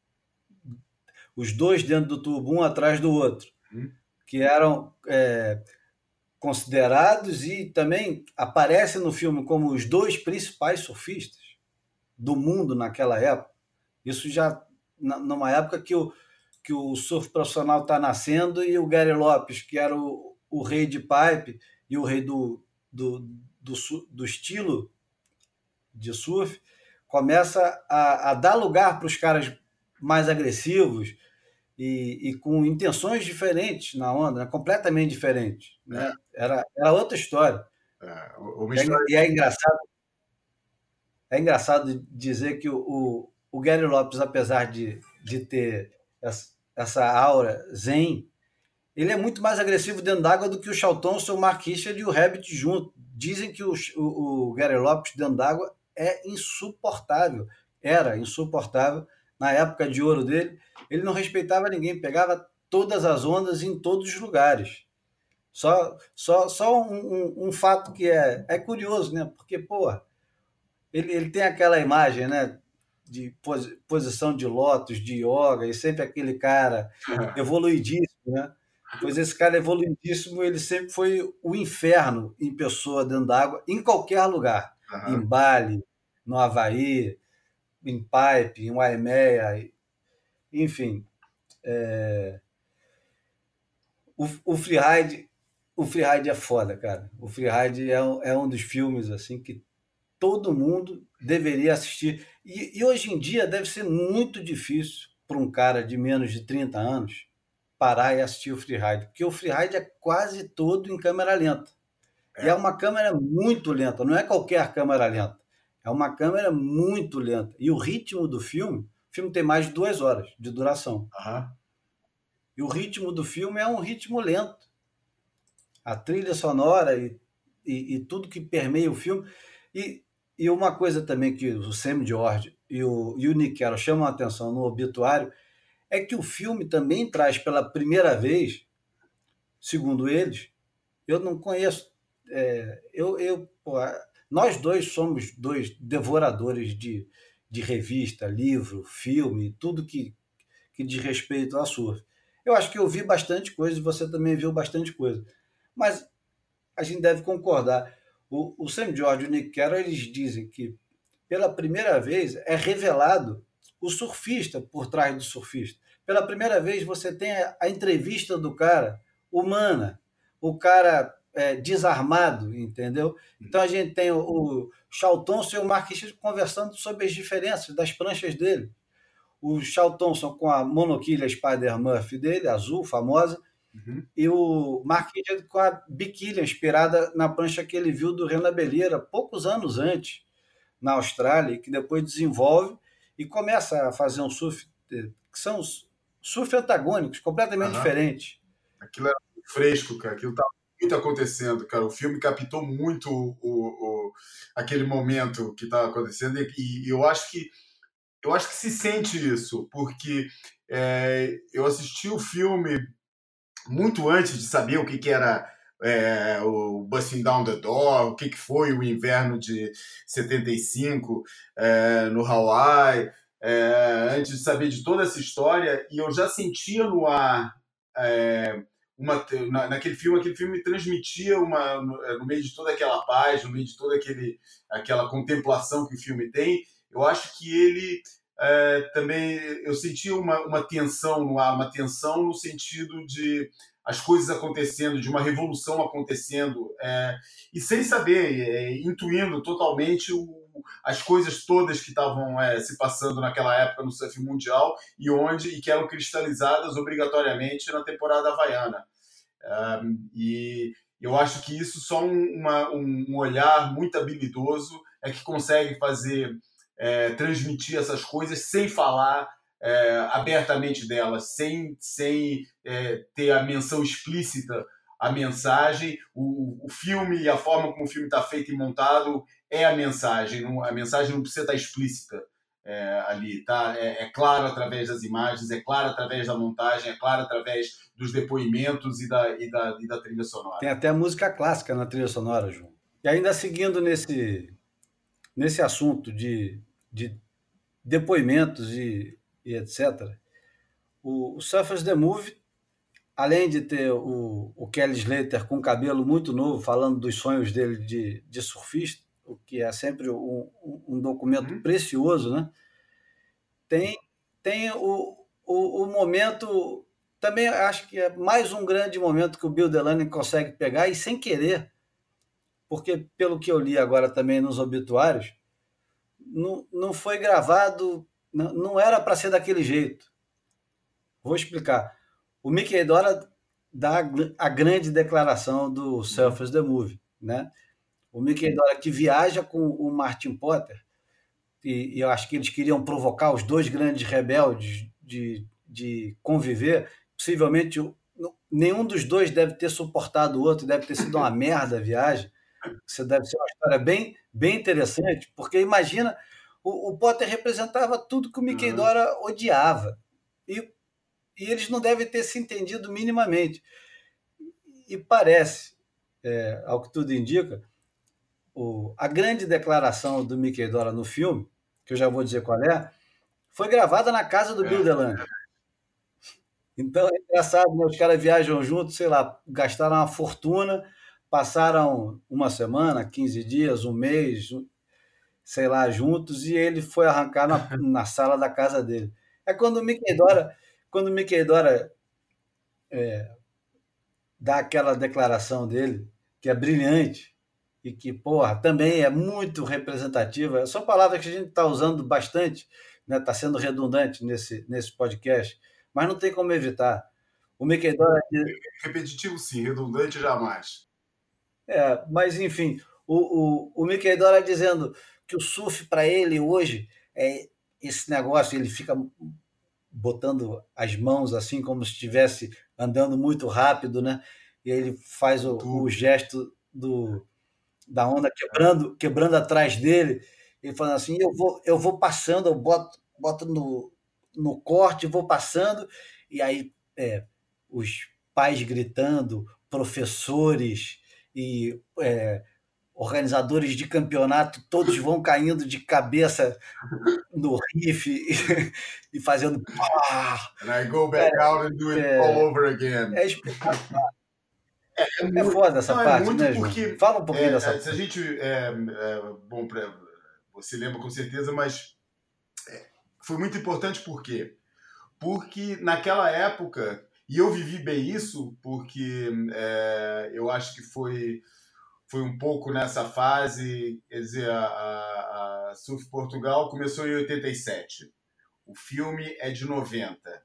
os dois dentro do tubo, um atrás do outro, hum. que eram é, considerados e também aparecem no filme como os dois principais surfistas do mundo naquela época. Isso já numa época que o, que o surf profissional está nascendo, e o Gary Lopes, que era o, o rei de pipe e o rei do, do, do, do estilo de surf, começa a, a dar lugar para os caras mais agressivos e, e com intenções diferentes na onda, né? Completamente diferentes. Né? Era, era outra história.
É, uma história...
E é engraçado, é engraçado dizer que o, o, o Gary Lopes, apesar de, de ter essa, essa aura zen, ele é muito mais agressivo dentro d'água do que o Shaw Thompson, o Mark Richter e o Rabbit junto. Dizem que o, o, o Gary Lopes dentro d'água é insuportável, era insuportável. Na época de ouro dele, ele não respeitava ninguém, pegava todas as ondas em todos os lugares. Só, só, só um, um, um fato que é, é curioso, né? Porque, pô, ele, ele tem aquela imagem, né? De posi, posição de lótus, de yoga, e sempre aquele cara evoluidíssimo, né? Pois esse cara evoluidíssimo, ele sempre foi o inferno em pessoa dentro d'água, em qualquer lugar. Em
Aham.
Bali, no Havaí, em Pipe, em Waimea, enfim. É... O, o Freeride, o Freeride é foda, cara. O Freeride é, um- é um dos filmes assim que todo mundo deveria assistir. E, e hoje em dia deve ser muito difícil para um cara de menos de trinta anos parar e assistir o Freeride, porque o Freeride é quase todo em câmera lenta. E é
É.
uma câmera muito lenta, não é qualquer câmera lenta. É uma câmera muito lenta. E o ritmo do filme, o filme tem mais de duas horas de duração.
Aham.
E o ritmo do filme é um ritmo lento. A trilha sonora e, e, e tudo que permeia o filme. E, e uma coisa também que o Sam George e o, e o Nick Carroll chamam a atenção no obituário é que o filme também traz pela primeira vez, segundo eles, eu não conheço, é, eu, eu pô, nós dois somos dois devoradores de, de revista, livro, filme, tudo que, que diz respeito à surf. Eu acho que eu vi bastante coisa e você também viu bastante coisa. Mas a gente deve concordar. O, o Sam George e o Nick Carroll, eles dizem que pela primeira vez é revelado o surfista por trás do surfista. Pela primeira vez você tem a, a entrevista do cara humana, o cara é, desarmado, entendeu? Então a gente tem o, o Charles Thompson e o Mark Richards conversando sobre as diferenças das pranchas dele. O Charles Thompson com a monoquilha Spider-Murphy dele, azul, famosa,
Uhum.
e o Mark Richards com a biquília inspirada na prancha que ele viu do Renan Beleira poucos anos antes, na Austrália, que depois desenvolve e começa a fazer um surf, que são surf antagônicos, completamente
Aham.
diferentes.
Aquilo era fresco, cara. Aquilo estava muito acontecendo, cara. O filme captou muito o, o, aquele momento que estava acontecendo e, e eu acho que eu acho que se sente isso, porque é, eu assisti o filme muito antes de saber o que, que era é, o Busting Down the Door, o que, que foi o inverno de setenta e cinco é, no Hawaii, é, antes de saber de toda essa história, e eu já sentia no ar, é, uma, na, naquele filme, aquele filme transmitia uma, no, no meio de toda aquela paz, no meio de toda aquele, aquela contemplação que o filme tem, eu acho que ele é, também eu senti uma, uma tensão no ar, uma tensão no sentido de as coisas acontecendo, de uma revolução acontecendo, é, e sem saber, é, intuindo totalmente o, as coisas todas que estavam é, se passando naquela época no surf mundial e onde e que eram cristalizadas obrigatoriamente na temporada havaiana. É, e eu acho que isso só um, uma, um olhar muito habilidoso é que consegue fazer é, transmitir essas coisas sem falar é, abertamente delas, sem, sem é, ter a menção explícita à mensagem. O, o filme e a forma como o filme está feito e montado é a mensagem. Não, a mensagem não precisa estar explícita é, ali. Tá? É, é claro através das imagens, é claro através da montagem, é claro através dos depoimentos e da, e da, e da trilha sonora.
Tem até música clássica na trilha sonora, João. E ainda seguindo nesse, nesse assunto de, de depoimentos e, e etcétera, o, o Surfers the Movie, além de ter o, o Kelly Slater com cabelo muito novo, falando dos sonhos dele de, de surfista, o que é sempre um, um documento
Uhum.
precioso, né? Tem, tem o, o, o momento, também acho que é mais um grande momento que o Bill Delaney consegue pegar e sem querer, porque pelo que eu li agora também nos obituários, não, não foi gravado, não, não era para ser daquele jeito. Vou explicar. O Mickey Dora dá a grande declaração do Surfers the Movie, né? O Mickey Dora que viaja com o Martin Potter, e, e eu acho que eles queriam provocar os dois grandes rebeldes de, de conviver. Possivelmente nenhum dos dois deve ter suportado o outro, deve ter sido uma merda a viagem. Isso deve ser uma história bem, bem interessante, porque imagina O, o Potter representava tudo que o Mickey
Uhum.
Dora odiava. E, e eles não devem ter se entendido minimamente. E parece, é, ao que tudo indica, o, a grande declaração do Mickey Dora no filme, que eu já vou dizer qual é, foi gravada na casa do Bill
É.
DeLange. Então é engraçado, né? Os caras viajam juntos, sei lá, gastaram uma fortuna, passaram uma semana, quinze dias, um mês, sei lá, juntos, e ele foi arrancar na, na sala da casa dele. É quando o Mickey Dora, quando o Mickey Dora é, dá aquela declaração dele, que é brilhante, e que, porra, também é muito representativa. São palavras que a gente está usando bastante, né? Está sendo redundante nesse, nesse podcast, mas não tem como evitar. O Mickey Dora.
Repetitivo sim, redundante jamais.
É, mas, enfim, o, o, o Mickey Dora dizendo que o surf para ele hoje é esse negócio, ele fica botando as mãos assim, como se estivesse andando muito rápido, né? E ele faz o, o gesto do, da onda quebrando, quebrando atrás dele, e falando assim, eu vou, eu vou passando, eu boto, boto no, no corte, vou passando, e aí é, os pais gritando, professores e é, organizadores de campeonato, todos vão caindo de cabeça no riff e, e fazendo pá!
And I go back
Cara,
out and do it
é,
all over again.
é espetacular.
É, é,
É
muito,
foda essa
não, é
parte,
muito
né, João?
porque
Fala um pouquinho dessa
é, se a
parte.
gente é, é, bom, pra, você lembra com certeza, mas é, foi muito importante por quê? Porque naquela época, e eu vivi bem isso, porque é, eu acho que foi, foi um pouco nessa fase, quer dizer, a, a, a Surf Portugal começou em oitenta e sete, o filme é de noventa.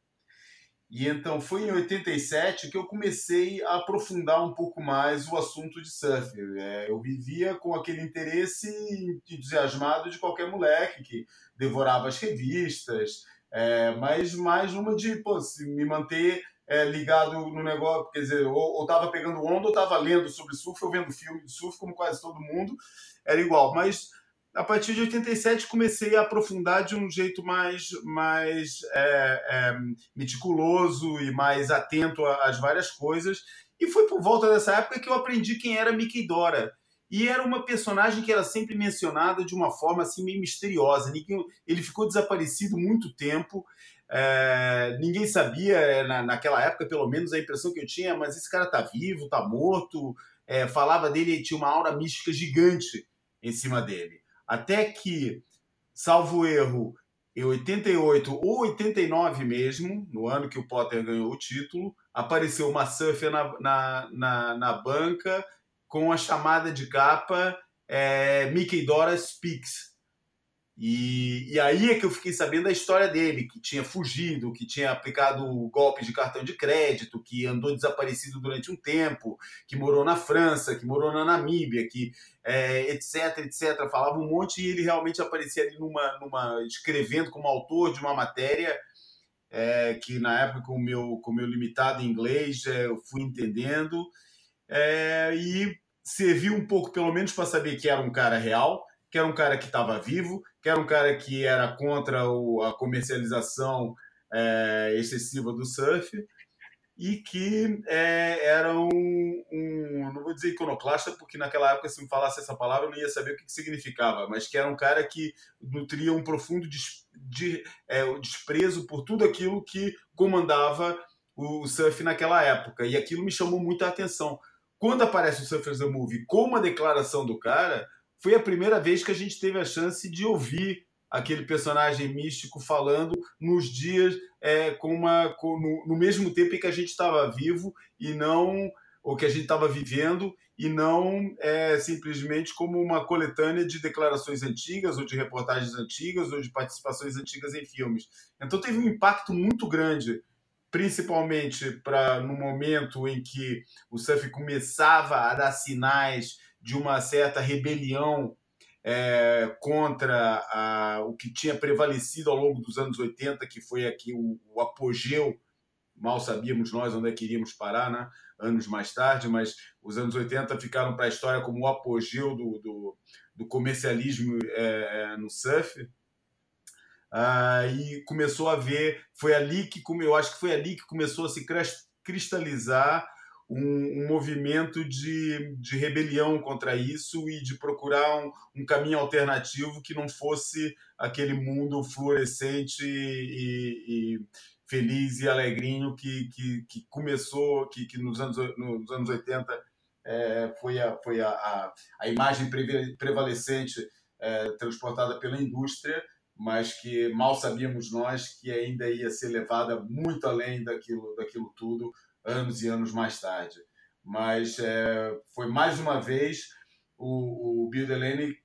E então foi em oitenta e sete que eu comecei a aprofundar um pouco mais o assunto de surf. É, eu vivia com aquele interesse entusiasmado de qualquer moleque que devorava as revistas, é, mas mais uma de pô, se me manter é, ligado no negócio, quer dizer, ou, ou tava pegando onda, ou tava lendo sobre surf, ou vendo filme de surf, como quase todo mundo, era igual. Mas a partir de oitenta e sete comecei a aprofundar de um jeito mais, mais é, é, meticuloso e mais atento às várias coisas. E foi por volta dessa época que eu aprendi quem era Mickey Dora. E era uma personagem que era sempre mencionada de uma forma assim meio misteriosa. Ele ficou desaparecido muito tempo. É, ninguém sabia, na, naquela época, pelo menos, a impressão que eu tinha, mas esse cara tá vivo, tá morto. É, falava dele, tinha uma aura mística gigante em cima dele. Até que, salvo erro, em oitenta e oito ou oitenta e nove mesmo, no ano que o Potter ganhou o título, apareceu uma surfer na, na, na, na banca com a chamada de capa é, Mickey Dora Speaks. E, e aí é que eu fiquei sabendo da história dele, que tinha fugido, que tinha aplicado golpe de cartão de crédito, que andou desaparecido durante um tempo, que morou na França, que morou na Namíbia, que é, etc, etcétera. Falava um monte e ele realmente aparecia ali numa, numa, escrevendo como autor de uma matéria é, que na época com o meu, com o meu limitado em inglês é, eu fui entendendo é, e serviu um pouco pelo menos para saber que era um cara real, que era um cara que estava vivo, que era um cara que era contra o, a comercialização é, excessiva do surf e que é, era um, um, não vou dizer iconoclasta, porque naquela época se me falasse essa palavra eu não ia saber o que, que significava, mas que era um cara que nutria um profundo des, de, é, desprezo por tudo aquilo que comandava o surf naquela época, e aquilo me chamou muita atenção. Quando aparece o Surfers the Movie com uma declaração do cara, foi a primeira vez que a gente teve a chance de ouvir aquele personagem místico falando nos dias é, com uma, com, no, no mesmo tempo em que a gente estava vivo e não o que a gente estava vivendo e não é, simplesmente como uma coletânea de declarações antigas ou de reportagens antigas ou de participações antigas em filmes. Então teve um impacto muito grande, principalmente para no momento em que o surf começava a dar sinais de uma certa rebelião é, contra a, o que tinha prevalecido ao longo dos anos oitenta, que foi aqui o, o apogeu, mal sabíamos nós onde é que iríamos parar, né? Anos mais tarde, mas os anos oitenta ficaram para a história como o apogeu do, do, do comercialismo é, no surf. uh, e começou a ver, foi ali que, eu acho que foi ali que começou a se cristalizar um, um movimento de, de rebelião contra isso e de procurar um, um caminho alternativo que não fosse aquele mundo fluorescente e, e feliz e alegrinho que, que, que começou, que, que nos, anos, nos anos oitenta é, foi, a, foi a, a, a imagem prevalecente é, transportada pela indústria, mas que mal sabíamos nós que ainda ia ser levada muito além daquilo, daquilo tudo, anos e anos mais tarde. Mas é, foi mais uma vez o, o Bill Delaney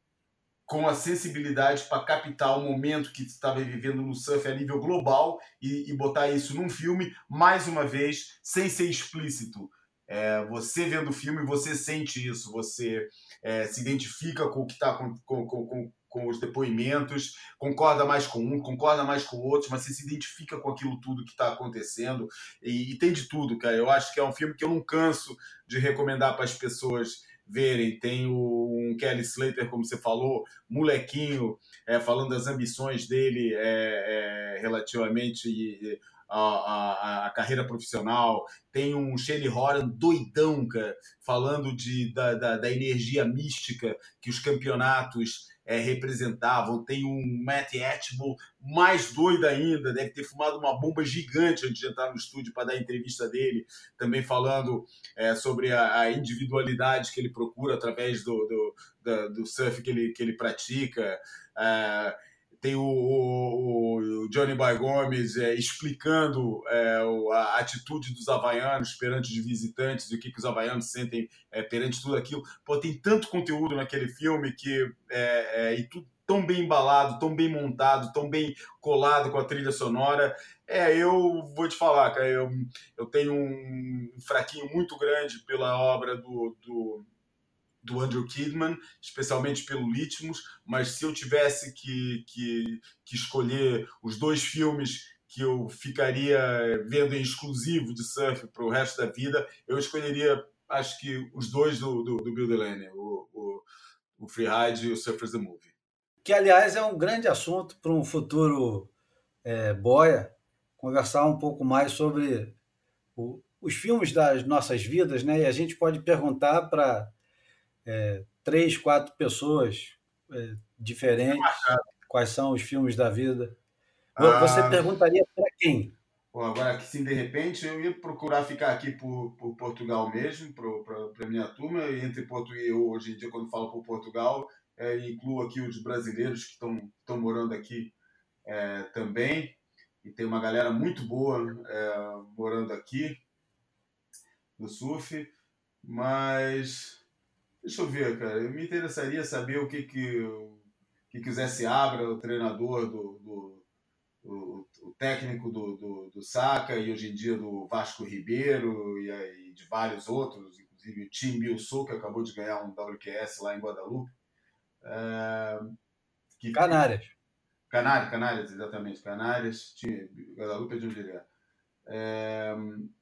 com a sensibilidade para captar o momento que estava vivendo no surf a nível global e, e botar isso num filme, mais uma vez, sem ser explícito. É, você vendo o filme, você sente isso, você é, se identifica com o que está com, com, com, com os depoimentos, concorda mais com um, concorda mais com o outro, mas você se identifica com aquilo tudo que está acontecendo e, e tem de tudo, cara. Eu acho que é um filme que eu não canso de recomendar para as pessoas verem. Tem o, um Kelly Slater, como você falou, molequinho, é, falando das ambições dele é, é, relativamente a, a, a carreira profissional. Tem um Shane Horan doidão, cara, falando de, da, da, da energia mística que os campeonatos é, representavam. Tem um Matt Atchbull mais doido ainda, deve ter fumado uma bomba gigante antes de entrar no estúdio para dar a entrevista dele, também falando é, sobre a, a individualidade que ele procura através do, do, do, do surf que ele, que ele pratica. É, tem o, o, o Johnny Boy Gomes é, explicando é, a atitude dos havaianos perante os visitantes, o que, que os havaianos sentem é, perante tudo aquilo. Pô, tem tanto conteúdo naquele filme que é, é, e tudo tão bem embalado, tão bem montado, tão bem colado com a trilha sonora. É, eu vou te falar, cara, eu, eu tenho um fraquinho muito grande pela obra do, do do Andrew Kidman, especialmente pelo Litmus, mas se eu tivesse que, que, que escolher os dois filmes que eu ficaria vendo em exclusivo de surf para o resto da vida, eu escolheria, acho que os dois do, do, do Bill Delaney, o, o, o Freeride e o Surfers the Movie.
Que, aliás, é um grande assunto para um futuro é, boia, conversar um pouco mais sobre o, os filmes das nossas vidas, né? E a gente pode perguntar para É, três, quatro pessoas é, diferentes, quais são os filmes da vida. Você
Ah,
perguntaria para quem?
bom, agora que sim, de repente, eu ia procurar ficar aqui por, por Portugal mesmo, para a minha turma, e entre português, eu, hoje em dia, quando falo por Portugal, é, incluo aqui os brasileiros que estão morando aqui é, também, e tem uma galera muito boa é, morando aqui no surf, mas deixa eu ver, cara. Eu me interessaria saber o que que o que, que o Zé Seabra, o treinador do, do o, o técnico do, do, do Saca e hoje em dia do Vasco Ribeiro e, e de vários outros, inclusive o Tim Bilson, que acabou de ganhar um W Q S lá em Guadalupe. É, que,
Canárias.
Canárias, Canárias, exatamente, Canárias, Tim, Guadalupe é de onde ele é. é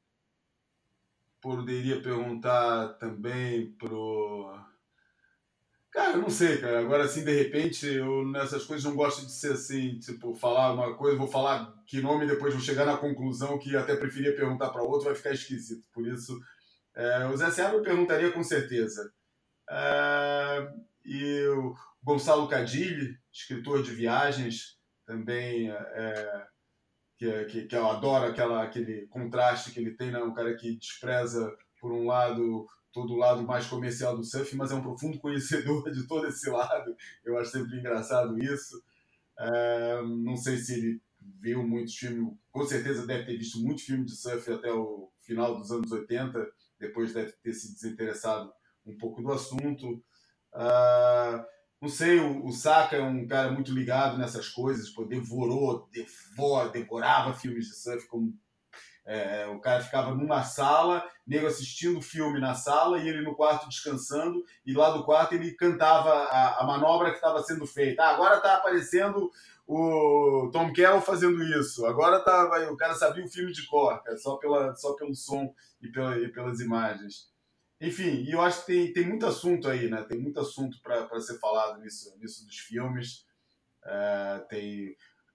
poderia perguntar também pro Cara, eu não sei, cara. Agora, assim, de repente, eu nessas coisas não gosto de ser assim, tipo, falar uma coisa, vou falar que nome e depois vou chegar na conclusão que até preferia perguntar para outro, vai ficar esquisito. Por isso, é, o Zé Seabra eu perguntaria com certeza. É, e o Gonçalo Cadilli, escritor de viagens, também, é, que, que, que eu adoro aquela, aquele contraste que ele tem, né? Um cara que despreza, por um lado, todo o lado mais comercial do surf, mas é um profundo conhecedor de todo esse lado. Eu acho sempre engraçado isso. É, não sei se ele viu muitos filmes, com certeza deve ter visto muitos filmes de surf até o final dos anos oitenta, depois deve ter se desinteressado um pouco do assunto. Uh, não sei, o, o Saka é um cara muito ligado nessas coisas, pô, devorou, devora, devorava filmes de surf como é, o cara ficava numa sala, nego assistindo o filme na sala e ele no quarto descansando, e lá do quarto ele cantava a, a manobra que estava sendo feita. Ah, agora está aparecendo o Tom Carroll fazendo isso, agora tá, o cara sabia o filme de cor, cara, só, pela, só pelo som e, pela, e pelas imagens. Enfim, e eu acho que tem, tem muito assunto aí, né? Tem muito assunto para ser falado nisso, nisso dos filmes. É, tem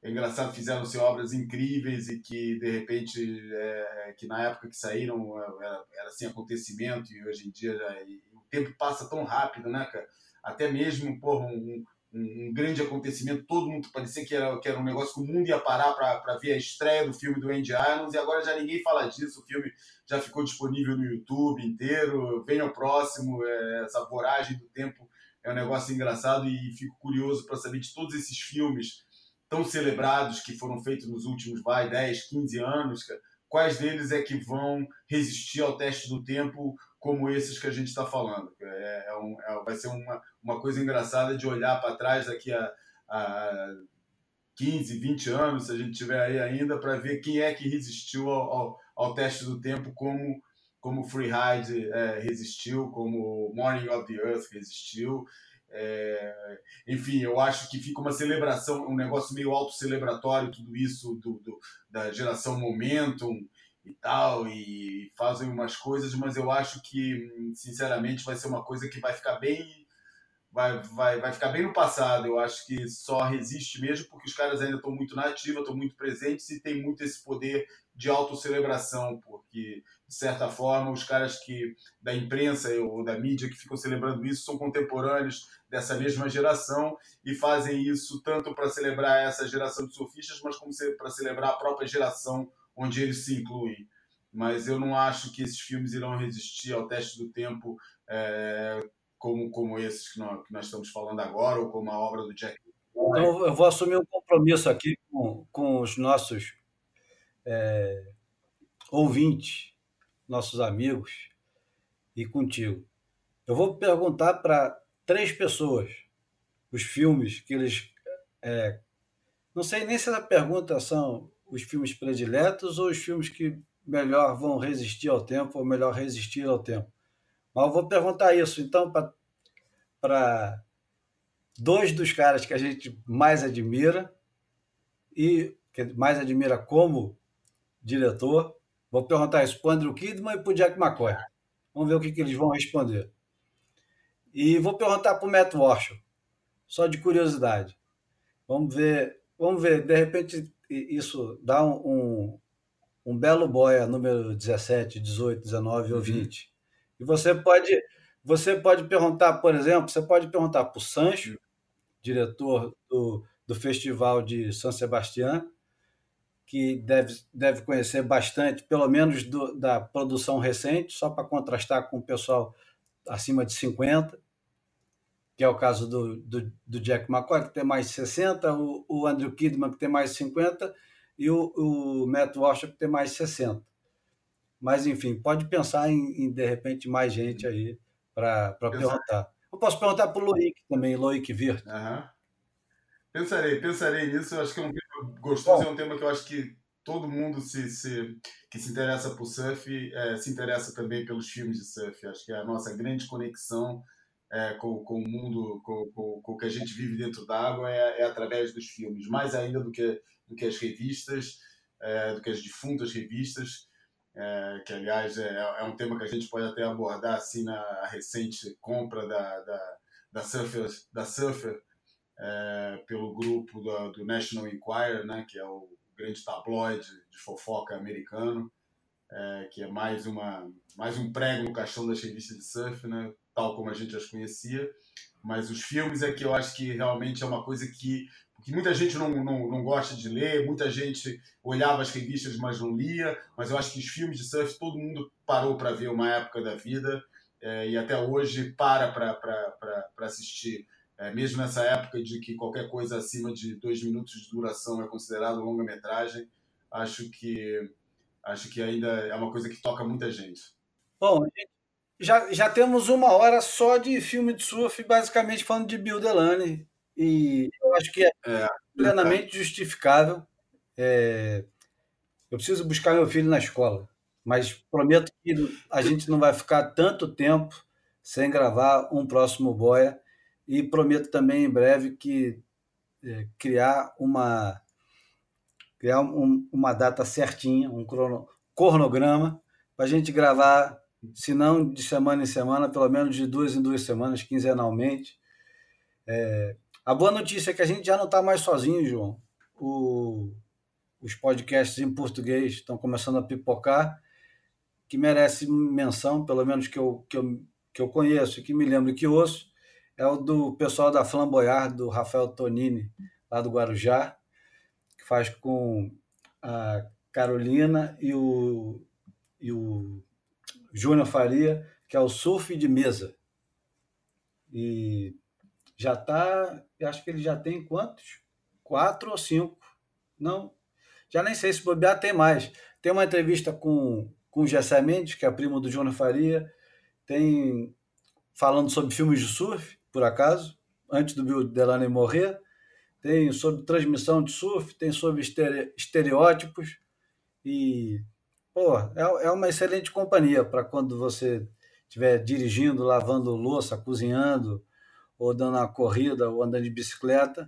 é engraçado, fizeram-se obras incríveis e que, de repente, é, que na época que saíram era, era sem acontecimento e hoje em dia já, e o tempo passa tão rápido, né, cara? Até mesmo, porra, um, um, um grande acontecimento, todo mundo parecia que era, que era um negócio que o mundo ia parar para ver a estreia do filme do Andy Irons e agora já ninguém fala disso, o filme já ficou disponível no YouTube inteiro, venha o próximo, é, essa voragem do tempo é um negócio engraçado e fico curioso para saber de todos esses filmes tão celebrados que foram feitos nos últimos vai, dez, quinze anos, quais deles é que vão resistir ao teste do tempo como esses que a gente está falando. É, é um, é, vai ser uma, uma coisa engraçada de olhar para trás daqui a, a quinze, vinte anos, se a gente tiver aí ainda, para ver quem é que resistiu ao, ao, ao teste do tempo como como Free Ride é, resistiu, como Morning of the Earth resistiu. É, enfim, eu acho que fica uma celebração, um negócio meio autocelebratório, tudo isso do, do, da geração Momentum e tal, e fazem umas coisas, mas eu acho que, sinceramente, vai ser uma coisa que vai ficar bem, vai, vai, vai ficar bem no passado. Eu acho que só resiste mesmo porque os caras ainda estão muito na ativa, estão muito presentes e tem muito esse poder de autocelebração, porque, de certa forma, os caras que da imprensa ou da mídia que ficam celebrando isso são contemporâneos dessa mesma geração e fazem isso tanto para celebrar essa geração de surfistas, mas como para celebrar a própria geração onde eles se incluem. Mas eu não acho que esses filmes irão resistir ao teste do tempo é, como, como esses que nós, que nós estamos falando agora, ou como a obra do Jack.
Então, eu vou assumir um compromisso aqui com, com os nossos é, ouvintes, nossos amigos, e contigo. Eu vou perguntar para três pessoas os filmes que eles... É, não sei nem se essa pergunta são os filmes prediletos ou os filmes que melhor vão resistir ao tempo ou melhor resistir ao tempo. Mas eu vou perguntar isso, então, para dois dos caras que a gente mais admira e que mais admira como diretor. Vou perguntar isso para o Andrew Kidman e para o Jack McCoy. Vamos ver o que, que eles vão responder. E vou perguntar para o Matt Walsh, só de curiosidade. Vamos ver, vamos ver, de repente isso dá um, um, um belo boia número dezessete, dezoito, dezenove uhum. ou vinte. E você pode, você pode perguntar, por exemplo, você pode perguntar para o Sancho, diretor do, do Festival de São Sebastião, que deve, deve conhecer bastante, pelo menos do, da produção recente, só para contrastar com o pessoal acima de cinquenta, que é o caso do, do, do Jack McCoy, que tem mais de sessenta, o, o Andrew Kidman, que tem mais de cinquenta, e o, o Matt Walsh, que tem mais de sessenta. Mas, enfim, pode pensar em, em de repente, mais gente aí para perguntar. Eu posso perguntar para o Loic também, Loic Wirth.
Uhum. Pensarei, pensarei nisso. Eu acho que é um tema gostoso, bom, é um tema que eu acho que todo mundo se, se, que se interessa por surf é, se interessa também pelos filmes de surf. Acho que é a nossa grande conexão é, com, com o mundo, com, com, com o que a gente vive dentro d'água é, é através dos filmes, mais ainda do que, do que as revistas, é, do que as defuntas revistas, é, que, aliás, é, é um tema que a gente pode até abordar assim na recente compra da, da, da Surfer, da Surfer é, pelo grupo do, do National Enquirer, né, que é o grande tabloide de fofoca americano, é, que é mais, uma, mais um prego no caixão das revistas de surf, né, tal como a gente as conhecia. Mas os filmes é que eu acho que realmente é uma coisa que, que muita gente não, não, não gosta de ler, muita gente olhava as revistas, mas não lia, mas eu acho que os filmes de surf todo mundo parou para ver uma época da vida é, e até hoje para para assistir. É, mesmo nessa época de que qualquer coisa acima de dois minutos de duração é considerado longa-metragem, acho que, acho que ainda é uma coisa que toca muita gente.
Bom, já, já temos uma hora só de filme de surf, basicamente falando de Bill Delany, e eu acho que é, é plenamente é. justificável. É, eu preciso buscar meu filho na escola, mas prometo que a gente não vai ficar tanto tempo sem gravar um próximo Boia. E prometo também em breve que é, criar uma criar um, uma data certinha, um crono, cronograma para a gente gravar, se não de semana em semana, pelo menos de duas em duas semanas, quinzenalmente. É, a boa notícia é que a gente já não está mais sozinho, João. o, os podcasts em português estão começando a pipocar, que merece menção, pelo menos que eu, que eu, que eu conheço e que me lembro que ouço, é o do pessoal da Flamboyard, do Rafael Tonini, lá do Guarujá, que faz com a Carolina e o, e o Júnior Faria, que é o Surf de Mesa. E já está, acho que ele já tem quantos? Quatro ou cinco? Não, já nem sei, se bobear tem mais. Tem uma entrevista com, com o Gessé Mendes, que é primo do Júnior Faria, tem falando sobre filmes de surf, por acaso, antes do Bill Delaney morrer, tem sobre transmissão de surf, tem sobre estere, estereótipos, e pô, é, é uma excelente companhia para quando você estiver dirigindo, lavando louça, cozinhando, ou dando uma corrida, ou andando de bicicleta.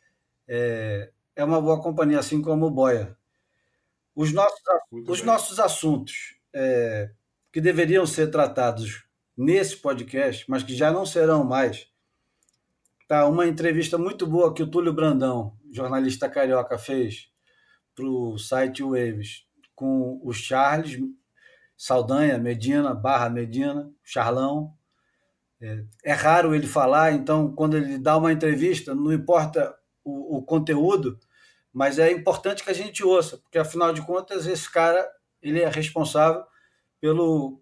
É, é uma boa companhia, assim como o Boia. Os nossos, os nossos assuntos é, que deveriam ser tratados nesse podcast, mas que já não serão mais, tá uma entrevista muito boa que o Túlio Brandão, jornalista carioca, fez para o site Waves, com o Charles Saldanha, Medina, barra Medina, Charlão. É, é raro ele falar, então, quando ele dá uma entrevista, não importa o, o conteúdo, mas é importante que a gente ouça, porque, afinal de contas, esse cara ele é responsável pelo...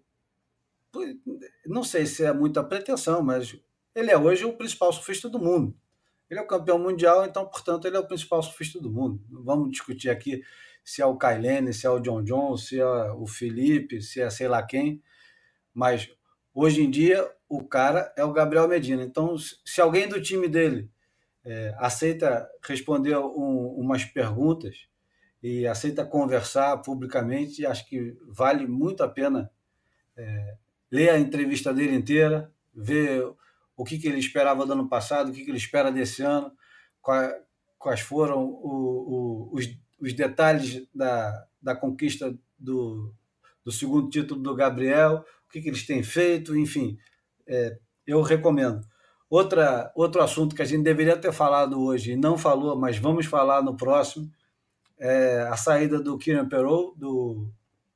Não sei se é muita pretensão, mas ele é hoje o principal surfista do mundo. Ele é o campeão mundial, então, portanto, ele é o principal surfista do mundo. Não vamos discutir aqui se é o Kailane, se é o John John, se é o Felipe, se é sei lá quem, mas hoje em dia o cara é o Gabriel Medina. Então, se alguém do time dele é, aceita responder um, umas perguntas e aceita conversar publicamente, acho que vale muito a pena é, ler a entrevista dele inteira, ver o que, que ele esperava do ano passado, o que, que ele espera desse ano, quais, quais foram o, o, os, os detalhes da, da conquista do, do segundo título do Gabriel, o que, que eles têm feito, enfim, é, eu recomendo. Outra, outro assunto que a gente deveria ter falado hoje e não falou, mas vamos falar no próximo, é a saída do Kieran Perrow, do,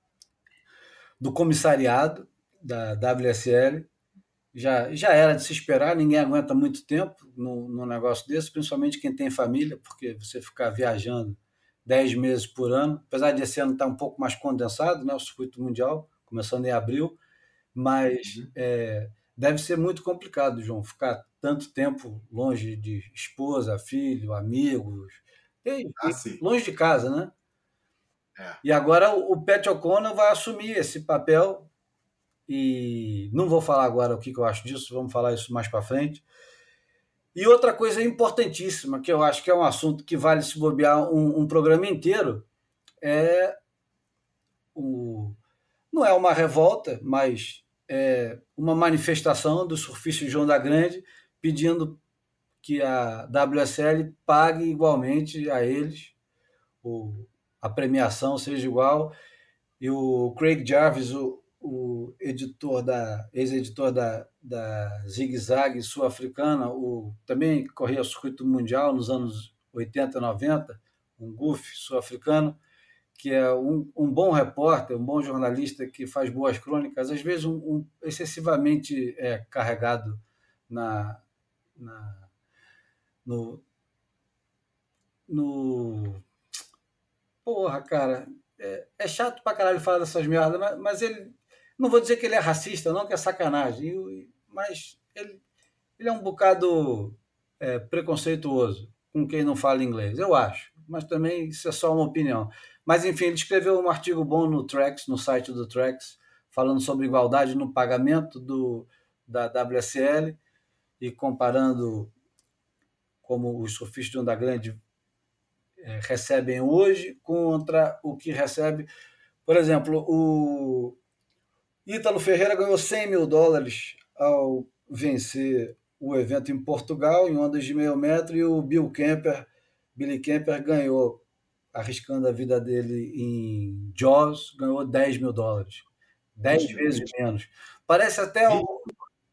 do comissariado da W S L. Já, já era de se esperar, ninguém aguenta muito tempo num, num negócio desse, principalmente quem tem família, porque você ficar viajando dez meses por ano, apesar de esse ano estar um pouco mais condensado, né, o circuito mundial, começando em abril, mas uhum. é, deve ser muito complicado, João, ficar tanto tempo longe de esposa, filho, amigos, e, ah, e longe de casa, né? É. E agora o Pat O'Connor vai assumir esse papel, e não vou falar agora o que eu acho disso, vamos falar isso mais para frente. E outra coisa importantíssima, que eu acho que é um assunto que vale se bobear um, um programa inteiro, é o, não é uma revolta, mas é uma manifestação do surfista João da Grande pedindo que a W S L pague igualmente a eles, o, a premiação seja igual. E o Craig Jarvis, o, o editor da, ex-editor da, da Zig Zag sul-africana, o, também corria o circuito mundial nos anos oitenta, noventa, um goof sul-africano, que é um, um bom repórter, um bom jornalista que faz boas crônicas, às vezes um, um excessivamente é, carregado na, na, no, no... Porra, cara, é, é chato pra caralho falar dessas merdas, mas, mas ele... Não vou dizer que ele é racista, não, que é sacanagem, mas ele, ele é um bocado é, preconceituoso com quem não fala inglês, eu acho. Mas também isso é só uma opinião. Mas, enfim, ele escreveu um artigo bom no Trax, no site do Trax, falando sobre igualdade no pagamento do, da W S L e comparando como os surfistas de onda grande é, recebem hoje contra o que recebe. Por exemplo, o Ítalo Ferreira ganhou cem mil dólares ao vencer o evento em Portugal, em ondas de meio metro, e o Bill Kemper, Billy Kemper ganhou, arriscando a vida dele em Jaws, ganhou dez mil dólares. dez vezes menos. Parece até um...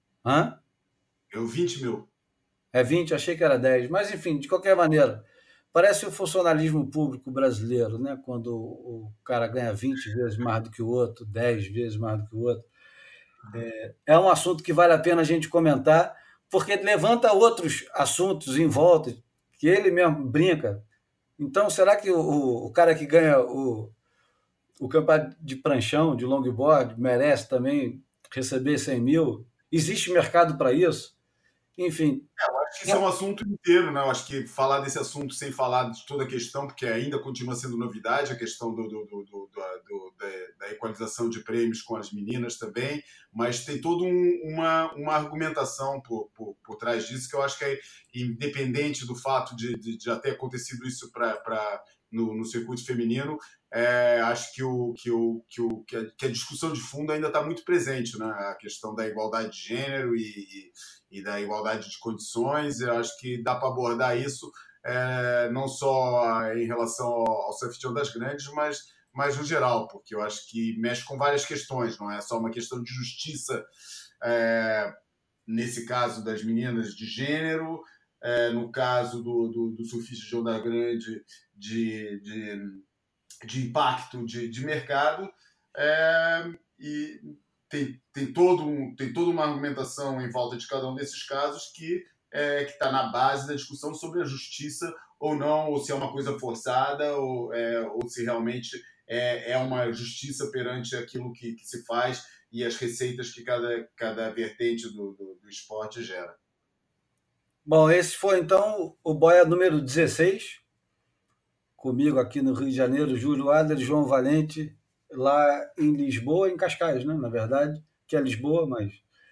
Hã? Eu vinte mil.
É vinte, achei que era dez. Mas, enfim, de qualquer maneira, parece o funcionalismo público brasileiro, né? Quando o cara ganha vinte vezes mais do que o outro, dez vezes mais do que o outro. É, é um assunto que vale a pena a gente comentar, porque levanta outros assuntos em volta, que ele mesmo brinca. Então, será que o, o cara que ganha o, o campeonato de pranchão, de longboard, merece também receber cem mil? Existe mercado para isso? Enfim.
É, eu acho que isso é um assunto inteiro, né? Eu acho que falar desse assunto sem falar de toda a questão, porque ainda continua sendo novidade a questão do, do, do, do, do da, da equalização de prêmios com as meninas também, mas tem toda um, uma, uma argumentação por, por, por trás disso que eu acho que é independente do fato de, de, de já ter acontecido isso pra, no, no circuito feminino. É, acho que, o, que, o, que, o, que, a, que a discussão de fundo ainda está muito presente, né? A questão da igualdade de gênero e, e, e da igualdade de condições. Eu acho que dá para abordar isso é, não só em relação ao, ao surf das grandes, mas, mas no geral, porque eu acho que mexe com várias questões, não é só uma questão de justiça, é, nesse caso das meninas, de gênero, é, no caso do, do, do surfista de onda grande, de, de de impacto de, de mercado, é, e tem, tem, todo um, tem toda uma argumentação em volta de cada um desses casos que é, está na base da discussão sobre a justiça ou não, ou se é uma coisa forçada, ou, é, ou se realmente é, é uma justiça perante aquilo que, que se faz e as receitas que cada, cada vertente do, do, do esporte gera.
Bom, esse foi então o boia número dezesseis, comigo aqui no Rio de Janeiro, Júlio Adler, João Valente, lá em Lisboa, em Cascais, né? Na verdade, que é Lisboa, mas...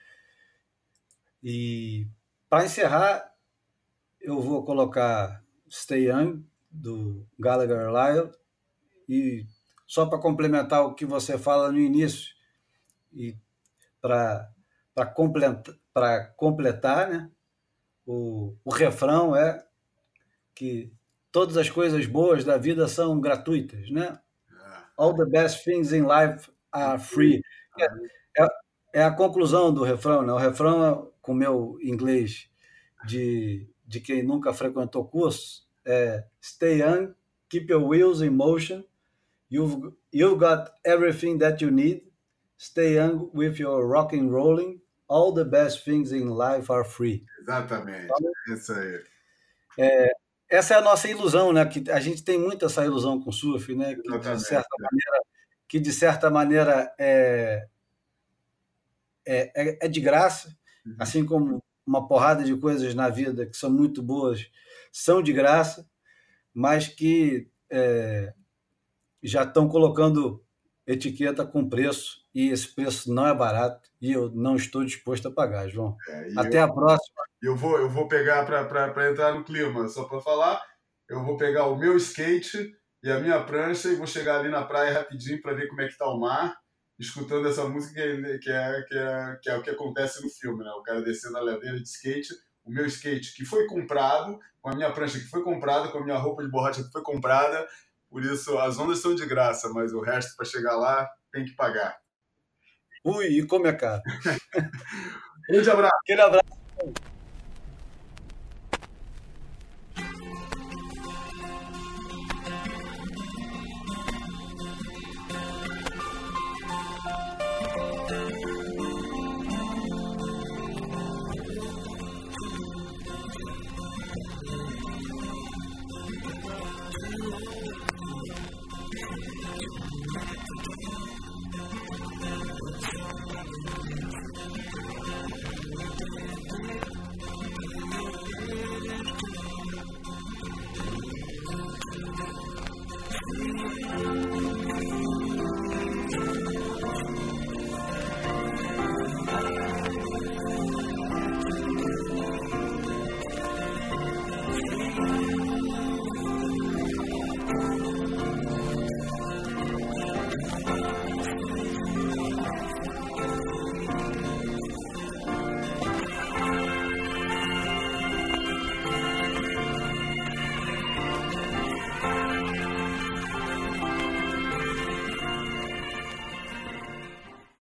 E para encerrar, eu vou colocar Stay Young, do Gallagher Lyle, e só para complementar o que você fala no início, e para completar, completar, né? O, o refrão é que todas as coisas boas da vida são gratuitas, né? All the best things in life are free. É, é, é a conclusão do refrão, né? O refrão, com meu inglês de, de quem nunca frequentou curso, é Stay young, keep your wheels in motion, you've, you've got everything that you need, stay young with your rock and rolling, all the best things in life are free.
Exatamente, então, isso aí.
É, essa é a nossa ilusão, né? Que a gente tem muito essa ilusão com o surf, né? Que de certa maneira, que de certa maneira é, é, é de graça, uhum. Assim como uma porrada de coisas na vida que são muito boas são de graça, mas que é, já estão colocando etiqueta com preço, e esse preço não é barato e eu não estou disposto a pagar, João. É, Até
eu,
a próxima.
Eu vou, eu vou pegar, para entrar no clima, só para falar, eu vou pegar o meu skate e a minha prancha e vou chegar ali na praia rapidinho para ver como é que está o mar, escutando essa música que é, que, é, que, é, que é o que acontece no filme, né? O cara descendo a ladeira de skate, o meu skate que foi comprado, com a minha prancha que foi comprada, com a minha roupa de borracha que foi comprada, por isso as ondas são de graça, mas o resto para chegar lá tem que pagar.
Ui, e como é caro.
Grande abraço.
Aquele abraço.